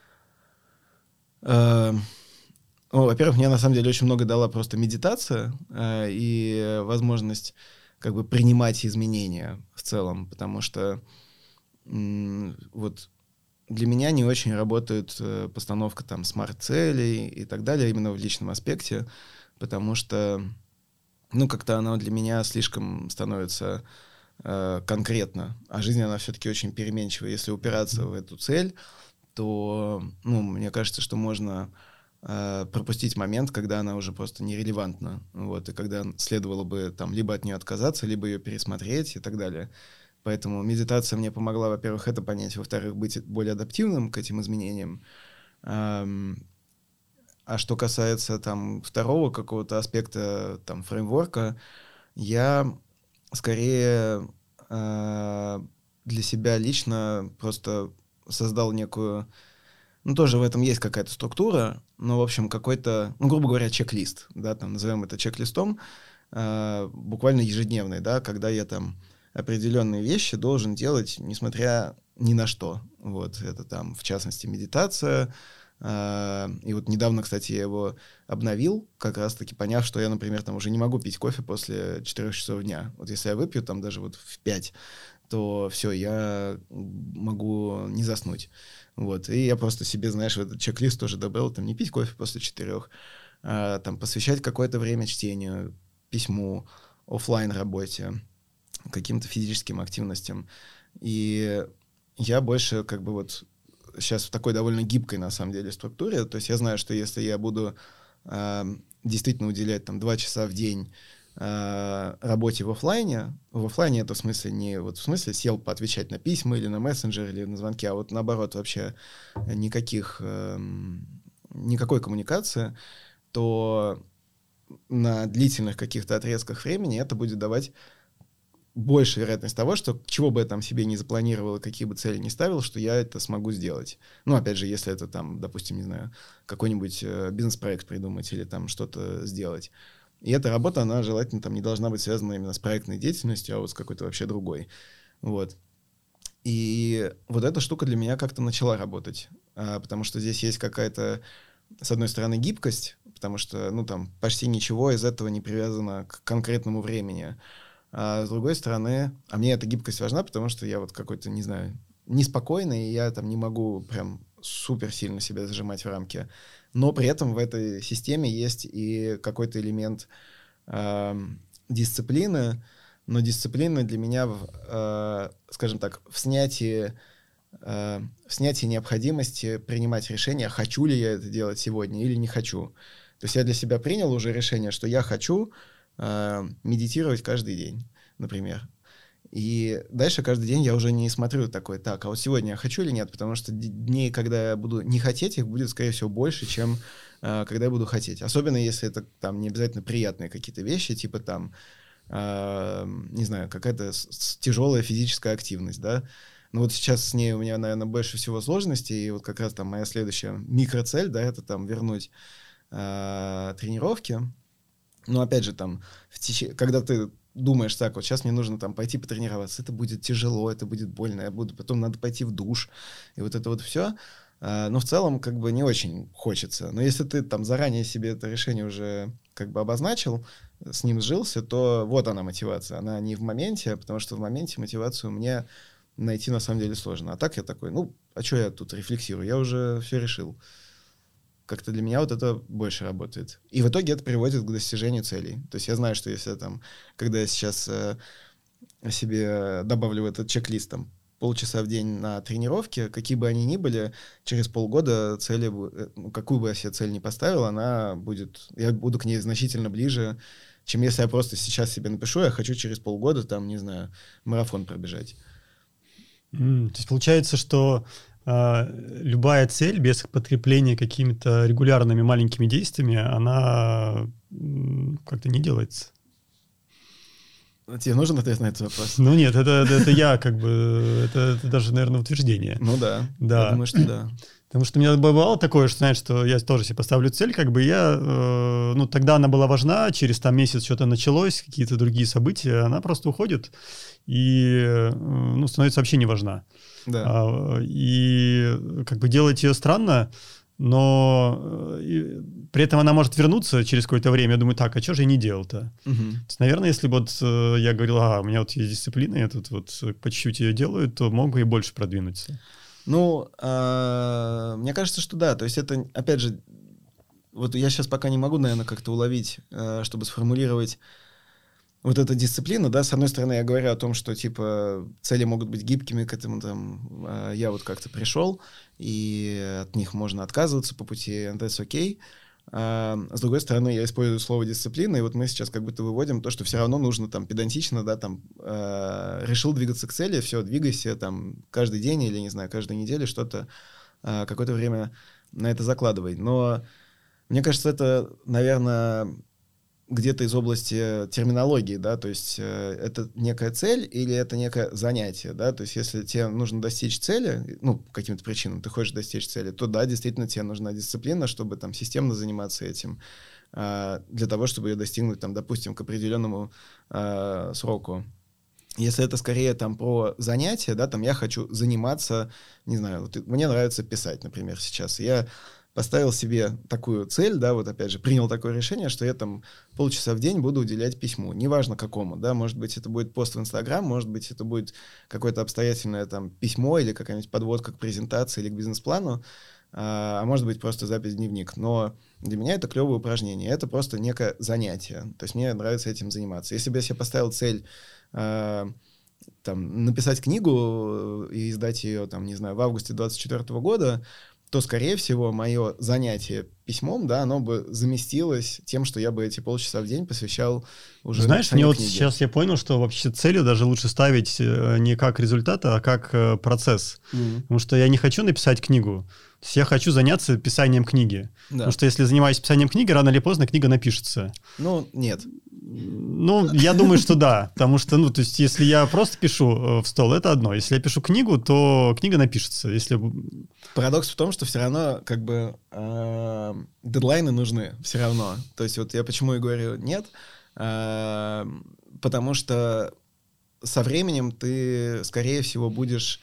Э, ну, во-первых, мне на самом деле очень много дала просто медитация э, и возможность как бы принимать изменения в целом, потому что м- вот для меня не очень работает э, постановка там смарт-целей и так далее именно в личном аспекте, потому что, ну, как-то она для меня слишком становится... конкретно, а жизнь, она все-таки очень переменчива. Если упираться в эту цель, то, ну, мне кажется, что можно э, пропустить момент, когда она уже просто нерелевантна, вот, и когда следовало бы там либо от нее отказаться, либо ее пересмотреть и так далее. Поэтому медитация мне помогла, во-первых, это понять, во-вторых, быть более адаптивным к этим изменениям. Эм, а что касается там второго какого-то аспекта там фреймворка, я скорее э, для себя лично просто создал некую... Ну, тоже в этом есть какая-то структура, но, в общем, какой-то, ну, грубо говоря, чек-лист, да, там, назовем это чек-листом, э, буквально ежедневный, да, когда я там определенные вещи должен делать, несмотря ни на что. Вот, это там, в частности, медитация. Uh, и вот недавно, кстати, я его обновил, как раз-таки поняв, что я, например, там уже не могу пить кофе после четырёх часов дня. Вот если я выпью там даже вот в пять, то все, я могу не заснуть. Вот. И я просто себе, знаешь, в этот чек-лист тоже добавил, там, не пить кофе после четырех, а, там, посвящать какое-то время чтению, письму, офлайн работе, каким-то физическим активностям. И я больше как бы вот сейчас в такой довольно гибкой, на самом деле, структуре. То есть я знаю, что если я буду э, действительно уделять там два часа в день э, работе в офлайне, в офлайне это в смысле не вот в смысле сел поотвечать на письма или на мессенджер или на звонки, а вот наоборот вообще никаких, э, никакой коммуникации, то на длительных каких-то отрезках времени это будет давать больше вероятность того, что чего бы я там себе не запланировал, какие бы цели не ставил, что я это смогу сделать. Ну, опять же, если это там, допустим, не знаю, какой-нибудь э, бизнес-проект придумать или там что-то сделать. И эта работа, она желательно там не должна быть связана именно с проектной деятельностью, а вот с какой-то вообще другой. Вот. И вот эта штука для меня как-то начала работать, а, потому что здесь есть какая-то, с одной стороны, гибкость, потому что, ну, там, почти ничего из этого не привязано к конкретному времени. А с другой стороны, а мне эта гибкость важна, потому что я вот какой-то, не знаю, неспокойный, и я там не могу прям супер сильно себя зажимать в рамки. Но при этом в этой системе есть и какой-то элемент э, дисциплины, но дисциплина для меня, в, э, скажем так, в снятии, э, в снятии необходимости принимать решение, хочу ли я это делать сегодня или не хочу. То есть я для себя принял уже решение, что я хочу медитировать каждый день, например. И дальше каждый день я уже не смотрю такой, так, а вот сегодня я хочу или нет, потому что дней, когда я буду не хотеть, их будет, скорее всего, больше, чем э, когда я буду хотеть. Особенно, если это там не обязательно приятные какие-то вещи, типа там, э, не знаю, какая-то с- с- тяжелая физическая активность, да. Но вот сейчас с ней у меня, наверное, больше всего сложностей, и вот как раз там моя следующая микроцель, да, это там вернуть э, тренировки. Но опять же, там, в теч... когда ты думаешь, так, вот сейчас мне нужно там пойти потренироваться, это будет тяжело, это будет больно, я буду, потом надо пойти в душ, и вот это вот все. А, но в целом, как бы, не очень хочется. Но если ты там заранее себе это решение уже как бы обозначил, с ним сжился, то вот она мотивация. Она не в моменте, потому что в моменте мотивацию мне найти на самом деле сложно. А так я такой, ну, а что я тут рефлексирую? Я уже все решил. Как-то для меня вот это больше работает. И в итоге это приводит к достижению целей. То есть я знаю, что если там, когда я сейчас э, себе добавлю в этот чек-лист там полчаса в день на тренировке, какие бы они ни были, через полгода цели, ну, какую бы я себе цель ни поставил, она будет, я буду к ней значительно ближе, чем если я просто сейчас себе напишу, я хочу через полгода там, не знаю, марафон пробежать. Mm, то есть получается, что э, любая цель без подкрепления какими-то регулярными маленькими действиями, она м, как-то не делается. Тебе нужен ответ на этот вопрос? Ну нет, это, это, это я как бы, это, это даже, наверное, утверждение. Ну да, да. Я думаю, что да. Потому что у меня бывало такое, что, знаешь, что я тоже себе поставлю цель, как бы я, э, ну, тогда она была важна, через там месяц что-то началось, какие-то другие события, она просто уходит и, э, ну, становится вообще не важна. Да. А, и как бы делать ее странно, но и, при этом она может вернуться через какое-то время. Я думаю, так, а что же я не делал-то? Угу. То есть, наверное, если бы вот э, я говорил, а, у меня вот есть дисциплина, я тут вот по чуть-чуть ее делаю, то мог бы и больше продвинуться. Ну, э, мне кажется, что да. То есть это, опять же, вот я сейчас пока не могу, наверное, как-то уловить, э, чтобы сформулировать вот эта дисциплина, да. С одной стороны, я говорю о том, что, типа, цели могут быть гибкими, к этому там э, я вот как-то пришел, и от них можно отказываться по пути, and that's okay. А с другой стороны, я использую слово дисциплина, и вот мы сейчас как будто выводим то, что все равно нужно там педантично, да, там э, решил двигаться к цели, все, двигайся там каждый день или, не знаю, каждую неделю что-то, э, какое-то время на это закладывай. Но мне кажется, это, наверное, где-то из области терминологии, да, то есть э, это некая цель или это некое занятие, да, то есть если тебе нужно достичь цели, ну, по каким-то причинам ты хочешь достичь цели, то да, действительно тебе нужна дисциплина, чтобы там системно заниматься этим, э, для того, чтобы ее достигнуть, там, допустим, к определенному э, сроку. Если это скорее там про занятие, да, там я хочу заниматься, не знаю, вот мне нравится писать, например, сейчас, я поставил себе такую цель, да, вот опять же, принял такое решение, что я там полчаса в день буду уделять письму, неважно какому, да, может быть, это будет пост в Инстаграм, может быть, это будет какое-то обстоятельное там письмо или какая-нибудь подводка к презентации или к бизнес-плану, а, а может быть, просто запись в дневник, но для меня это клевое упражнение, это просто некое занятие, то есть мне нравится этим заниматься. Если бы я себе поставил цель а, там, написать книгу и издать ее, там, не знаю, в августе двадцать четвёртого года, то, скорее всего, мое занятие письмом, да, оно бы заместилось тем, что я бы эти полчаса в день посвящал уже Знаешь, мне вот книги. Сейчас я понял, что вообще цели даже лучше ставить не как результат, а как процесс. Mm-hmm. Потому что я не хочу написать книгу. То есть я хочу заняться писанием книги. Да. Потому что если занимаюсь писанием книги, рано или поздно книга напишется. Ну, нет. Ну, я думаю, что да. Потому что, ну, то есть, если я просто пишу в стол, это одно. Если я пишу книгу, то книга напишется. Если... Парадокс в том, что все равно, как бы, э, дедлайны нужны. Все равно. То есть, вот я почему и говорю нет. Э, потому что со временем ты, скорее всего, будешь...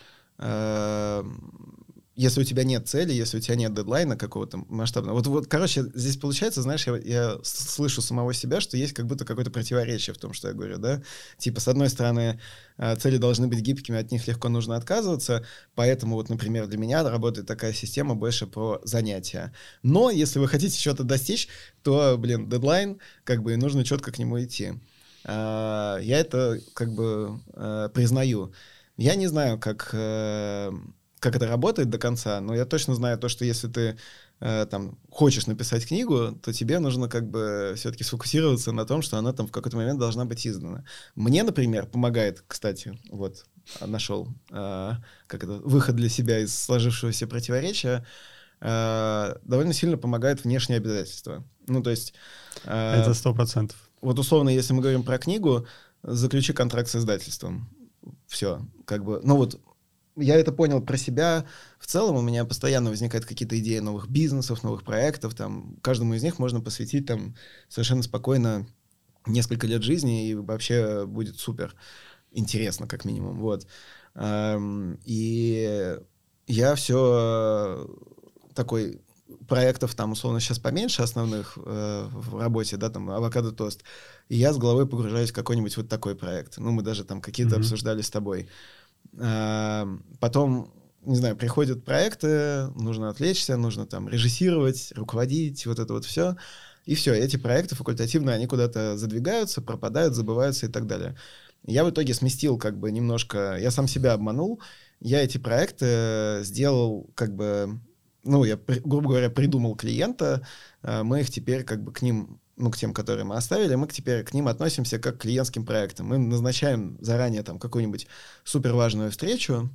Э, если у тебя нет цели, если у тебя нет дедлайна какого-то масштабного. Вот, вот короче, здесь получается, знаешь, я, я слышу самого себя, что есть как будто какое-то противоречие в том, что я говорю, да. Типа, с одной стороны, цели должны быть гибкими, от них легко нужно отказываться, поэтому вот, например, для меня работает такая система больше про занятия. Но если вы хотите чего-то достичь, то, блин, дедлайн, как бы, и нужно четко к нему идти. Я это, как бы, признаю. Я не знаю, как... как это работает до конца, но я точно знаю то, что если ты э, там хочешь написать книгу, то тебе нужно как бы все-таки сфокусироваться на том, что она там в какой-то момент должна быть издана. Мне, например, помогает, кстати, вот, нашел э, как это, выход для себя из сложившегося противоречия, э, довольно сильно помогает внешние обязательства. Ну, то есть... Э, это сто процентов. Вот условно, если мы говорим про книгу, заключи контракт с издательством. Все, как бы, ну вот, я это понял про себя. В целом у меня постоянно возникают какие-то идеи новых бизнесов, новых проектов. Там, каждому из них можно посвятить там, совершенно спокойно несколько лет жизни, и вообще будет супер интересно, как минимум. Вот. И я все такой... проектов там, условно, сейчас поменьше основных э, в работе, да, там, авокадо-тост, и я с головой погружаюсь в какой-нибудь вот такой проект. Ну, мы даже там какие-то mm-hmm. обсуждали с тобой. А, потом, не знаю, приходят проекты, нужно отвлечься, нужно там режиссировать, руководить, вот это вот все. И все, эти проекты факультативно, они куда-то задвигаются, пропадают, забываются и так далее. Я в итоге сместил как бы немножко, я сам себя обманул, я эти проекты сделал как бы... Ну, я, грубо говоря, придумал клиента, мы их теперь как бы к ним, ну, к тем, которые мы оставили, мы теперь к ним относимся как к клиентским проектам. Мы назначаем заранее там какую-нибудь суперважную встречу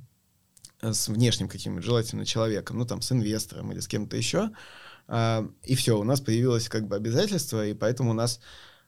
с внешним каким-нибудь желательно человеком, ну, там, с инвестором или с кем-то еще, и все, у нас появилось как бы обязательство, и поэтому у нас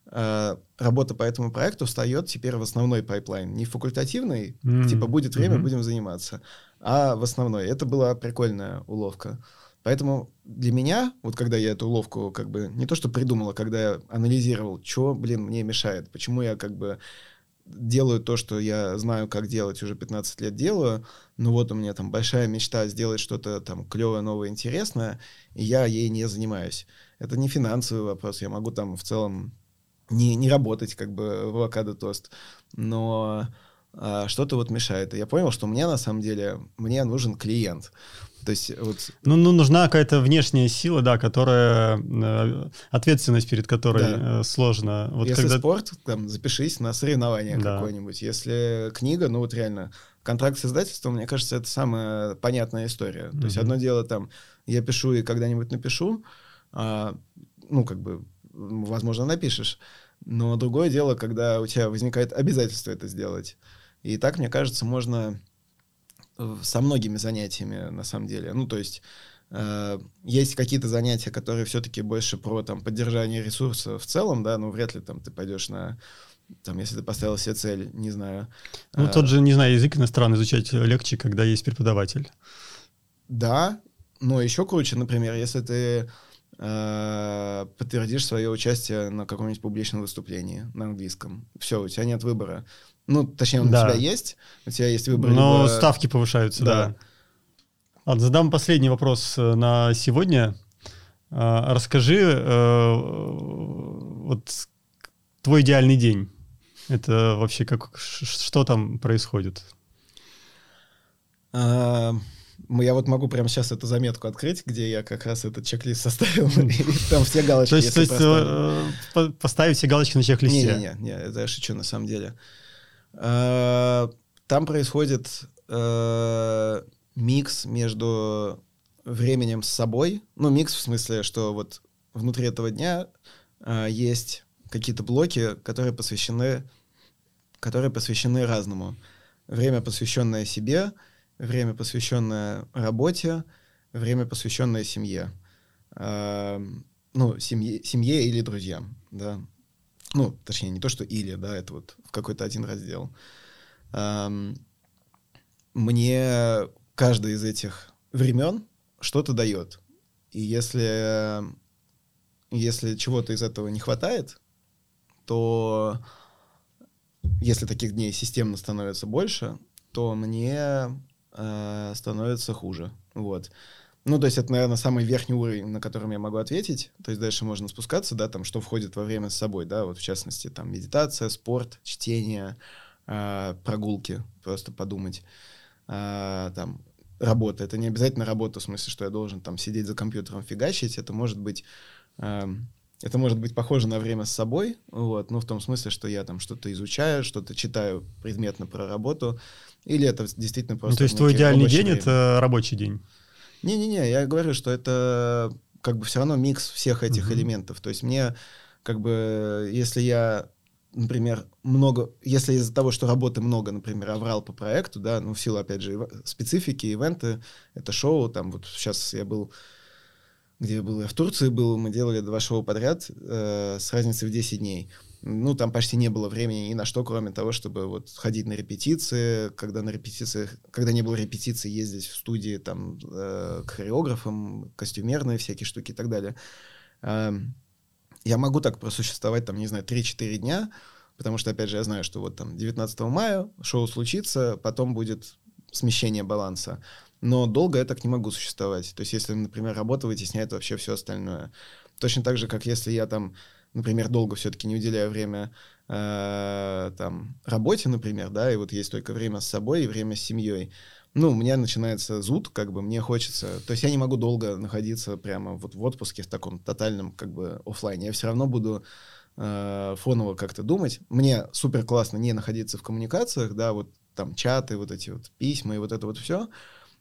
работа по этому проекту встает теперь в основной пайплайн, не факультативный, mm-hmm. типа будет время, mm-hmm. будем заниматься, а в основной. Это была прикольная уловка. Поэтому для меня, вот когда я эту уловку как бы не то что придумал, а когда я анализировал, что, блин, мне мешает, почему я как бы делаю то, что я знаю, как делать, уже пятнадцать лет делаю, ну вот у меня там большая мечта сделать что-то там клевое, новое, интересное, и я ей не занимаюсь. Это не финансовый вопрос, я могу там в целом Не, не работать как бы в авокадо-тост, но а, что-то вот мешает. И я понял, что мне на самом деле, мне нужен клиент. То есть вот... Ну, ну нужна какая-то внешняя сила, да, которая, э, ответственность перед которой да. э, сложно. Вот Если когда... спорт, там, запишись на соревнование да. какое-нибудь. Если книга, ну вот реально, контракт с издательством, мне кажется, это самая понятная история. Mm-hmm. То есть одно дело там, я пишу и когда-нибудь напишу, а, ну как бы, возможно, напишешь. Но другое дело, когда у тебя возникает обязательство это сделать. И так, мне кажется, можно со многими занятиями, на самом деле. Ну, то есть, э, есть какие-то занятия, которые все-таки больше про там, поддержание ресурса в целом, да, ну, вряд ли там ты пойдешь на... Там, если ты поставил себе цель, не знаю... Ну, э, тот же, не знаю, язык иностранный изучать легче, когда есть преподаватель. Да, но еще круче, например, если ты... подтвердишь свое участие на каком-нибудь публичном выступлении на английском. Все, у тебя нет выбора. Ну, точнее, он да. у тебя есть, у тебя есть выбор. Но либо... ставки повышаются, да. да. Ладно, задам последний вопрос на сегодня. Расскажи, вот твой идеальный день. Это вообще как, что там происходит? А... Я вот могу прямо сейчас эту заметку открыть, где я как раз этот чек-лист составил, и там все галочки. То есть, то есть э, поставить все галочки на чек-листе? Не-не-не, это я шучу на самом деле. Там происходит э, микс между временем с собой, ну, микс в смысле, что вот внутри этого дня э, есть какие-то блоки, которые посвящены, которые посвящены разному. Время, посвященное себе, время, посвященное работе, время, посвященное семье. Э, ну, семье, семье или друзьям, да. Ну, точнее, не то, что или, да, это вот в какой-то один раздел. Э, мне каждый из этих времен что-то дает. И если, если чего-то из этого не хватает, то если таких дней системно становится больше, то мне э, становится хуже. Вот. Ну, то есть это, наверное, самый верхний уровень, на котором я могу ответить. То есть дальше можно спускаться, да, там, что входит во время с собой, да, вот в частности, там, медитация, спорт, чтение, э, прогулки, просто подумать, э, там, работа. Это не обязательно работа, в смысле, что я должен там сидеть за компьютером, фигачить. Это может быть э, это может быть похоже на время с собой, вот, ну, в том смысле, что я там что-то изучаю, что-то читаю предметно про работу, или это действительно просто... Ну, то есть твой идеальный день — это рабочий день? Не-не-не, я говорю, что это как бы все равно микс всех этих uh-huh. элементов. То есть мне как бы, если я, например, много... Если из-за того, что работы много, например, оврал по проекту, да, ну, в силу, опять же, ив... специфики, ивенты, это шоу, там вот сейчас я был... Где я был? Я в Турции был, мы делали два шоу подряд э, с разницей в десять дней. Ну, там почти не было времени ни на что, кроме того, чтобы вот ходить на репетиции, когда на репетициях, когда не было репетиций, ездить в студии там э, к хореографам, костюмерные всякие штуки и так далее. Э, я могу так просуществовать, там, не знаю, три-четыре дня, потому что, опять же, я знаю, что вот там девятнадцатого мая шоу случится, потом будет смещение баланса. Но долго я так не могу существовать. То есть, если, например, работа вытесняет вообще все остальное. Точно так же, как если я там, например, долго все-таки не уделяю время э, там, работе, например, да, и вот есть только время с собой и время с семьей. Ну, у меня начинается зуд, как бы, мне хочется... То есть я не могу долго находиться прямо вот в отпуске в таком тотальном, как бы, офлайне. Я все равно буду э, фоново как-то думать. Мне супер классно не находиться в коммуникациях, да, вот там чаты, вот эти вот письма и вот это вот все.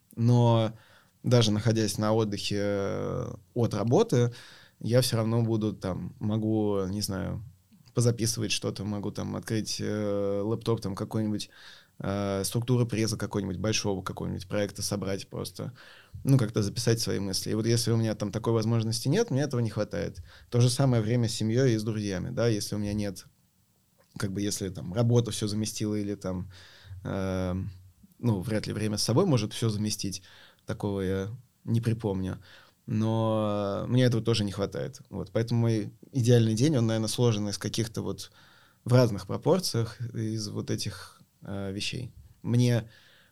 Но даже находясь на отдыхе от работы, я все равно буду там, могу, не знаю, позаписывать что-то, могу там открыть э, лэптоп, там какой-нибудь э, структуру преза какой-нибудь большого какого-нибудь проекта собрать просто, ну, как-то записать свои мысли. И вот если у меня там такой возможности нет, мне этого не хватает. То же самое время с семьей и с друзьями, да, если у меня нет, как бы, если там работа все заместила или там... Э, ну, вряд ли время с собой может все заместить. Такого я не припомню. Но мне этого тоже не хватает. Вот. Поэтому мой идеальный день, он, наверное, сложен из каких-то вот в разных пропорциях из вот этих э, вещей. Мне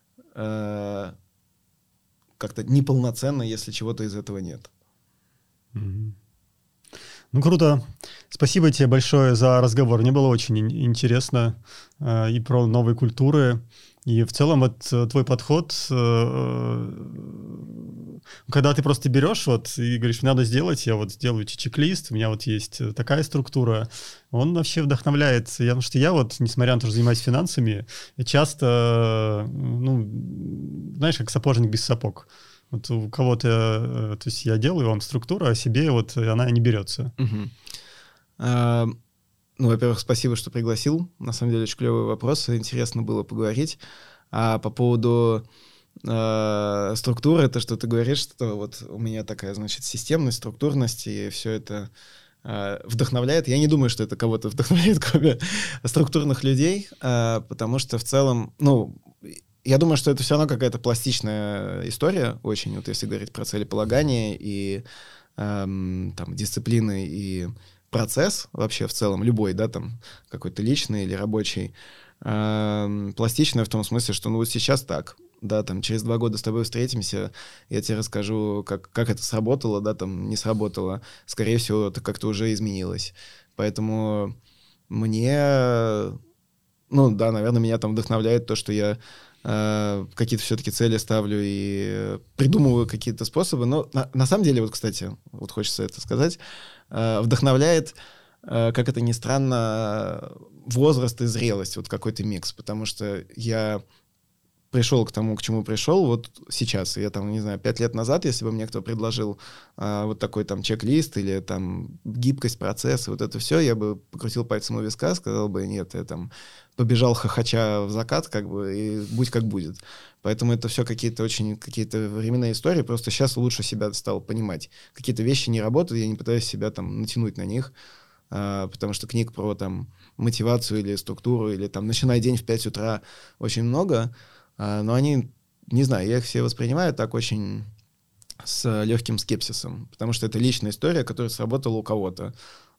э, как-то неполноценно, если чего-то из этого нет. Mm-hmm. Ну, круто. Спасибо тебе большое за разговор. Мне было очень интересно э, и про новые культуры. И в целом вот твой подход, когда ты просто берешь вот и говоришь, надо сделать, я вот сделаю чек-лист, у меня вот есть такая структура, он вообще вдохновляет. Я, потому что я вот, несмотря на то, что занимаюсь финансами, я часто, ну, знаешь, как сапожник без сапог. Вот у кого-то, то есть я делаю вам структуру, а себе вот она не берется. Uh-huh. Uh... Ну, во-первых, спасибо, что пригласил. На самом деле, очень клевые вопросы. Интересно было поговорить. А по поводу э, структуры, это что ты говоришь, что вот у меня такая, значит, системность, структурность, и все это э, вдохновляет. Я не думаю, что это кого-то вдохновляет, кроме структурных людей, э, потому что в целом, ну, я думаю, что это все равно какая-то пластичная история, очень, вот если говорить про целеполагание и э, там, дисциплины и процесс вообще в целом, любой, да, там, какой-то личный или рабочий, э, пластичный в том смысле, что ну вот сейчас так, да, там, через два года с тобой встретимся, я тебе расскажу, как, как это сработало, да, там, не сработало, скорее всего, это как-то уже изменилось. Поэтому мне, ну, да, наверное, меня там вдохновляет то, что я э, какие-то все-таки цели ставлю и придумываю какие-то способы, но на, на самом деле, вот, кстати, вот хочется это сказать, вдохновляет, как это ни странно, возраст и зрелость, вот какой-то микс, потому что я пришел к тому, к чему пришел вот сейчас. Я там, не знаю, пять лет назад, если бы мне кто предложил а, вот такой там чек-лист или там гибкость процесса, вот это все, я бы покрутил пальцем у виска, сказал бы, нет, я там побежал хохоча в закат, как бы, и будь как будет. Поэтому это все какие-то очень какие-то временные истории, просто сейчас лучше себя стал понимать. Какие-то вещи не работают, я не пытаюсь себя там натянуть на них, а, потому что книг про там мотивацию или структуру, или там начинай день в пять утра очень много, но они, не знаю, я их все воспринимаю так очень с легким скепсисом, потому что это личная история, которая сработала у кого-то.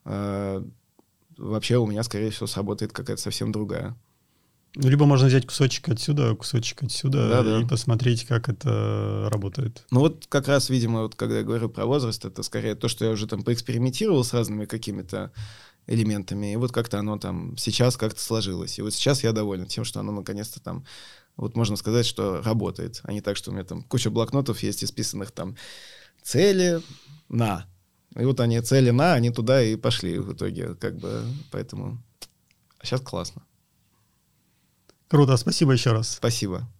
Вообще у меня, скорее всего, сработает какая-то совсем другая. Либо можно взять кусочек отсюда, кусочек отсюда, да, и да. посмотреть, как это работает. Ну вот как раз, видимо, вот когда я говорю про возраст, это скорее то, что я уже там поэкспериментировал с разными какими-то элементами, и вот как-то оно там сейчас как-то сложилось. И вот сейчас я доволен тем, что оно наконец-то там, вот можно сказать, что работает, а не так, что у меня там куча блокнотов есть, исписанных там цели на, И вот они цели на, они туда и пошли в итоге, как бы, поэтому... А сейчас классно. Круто, спасибо еще раз. Спасибо.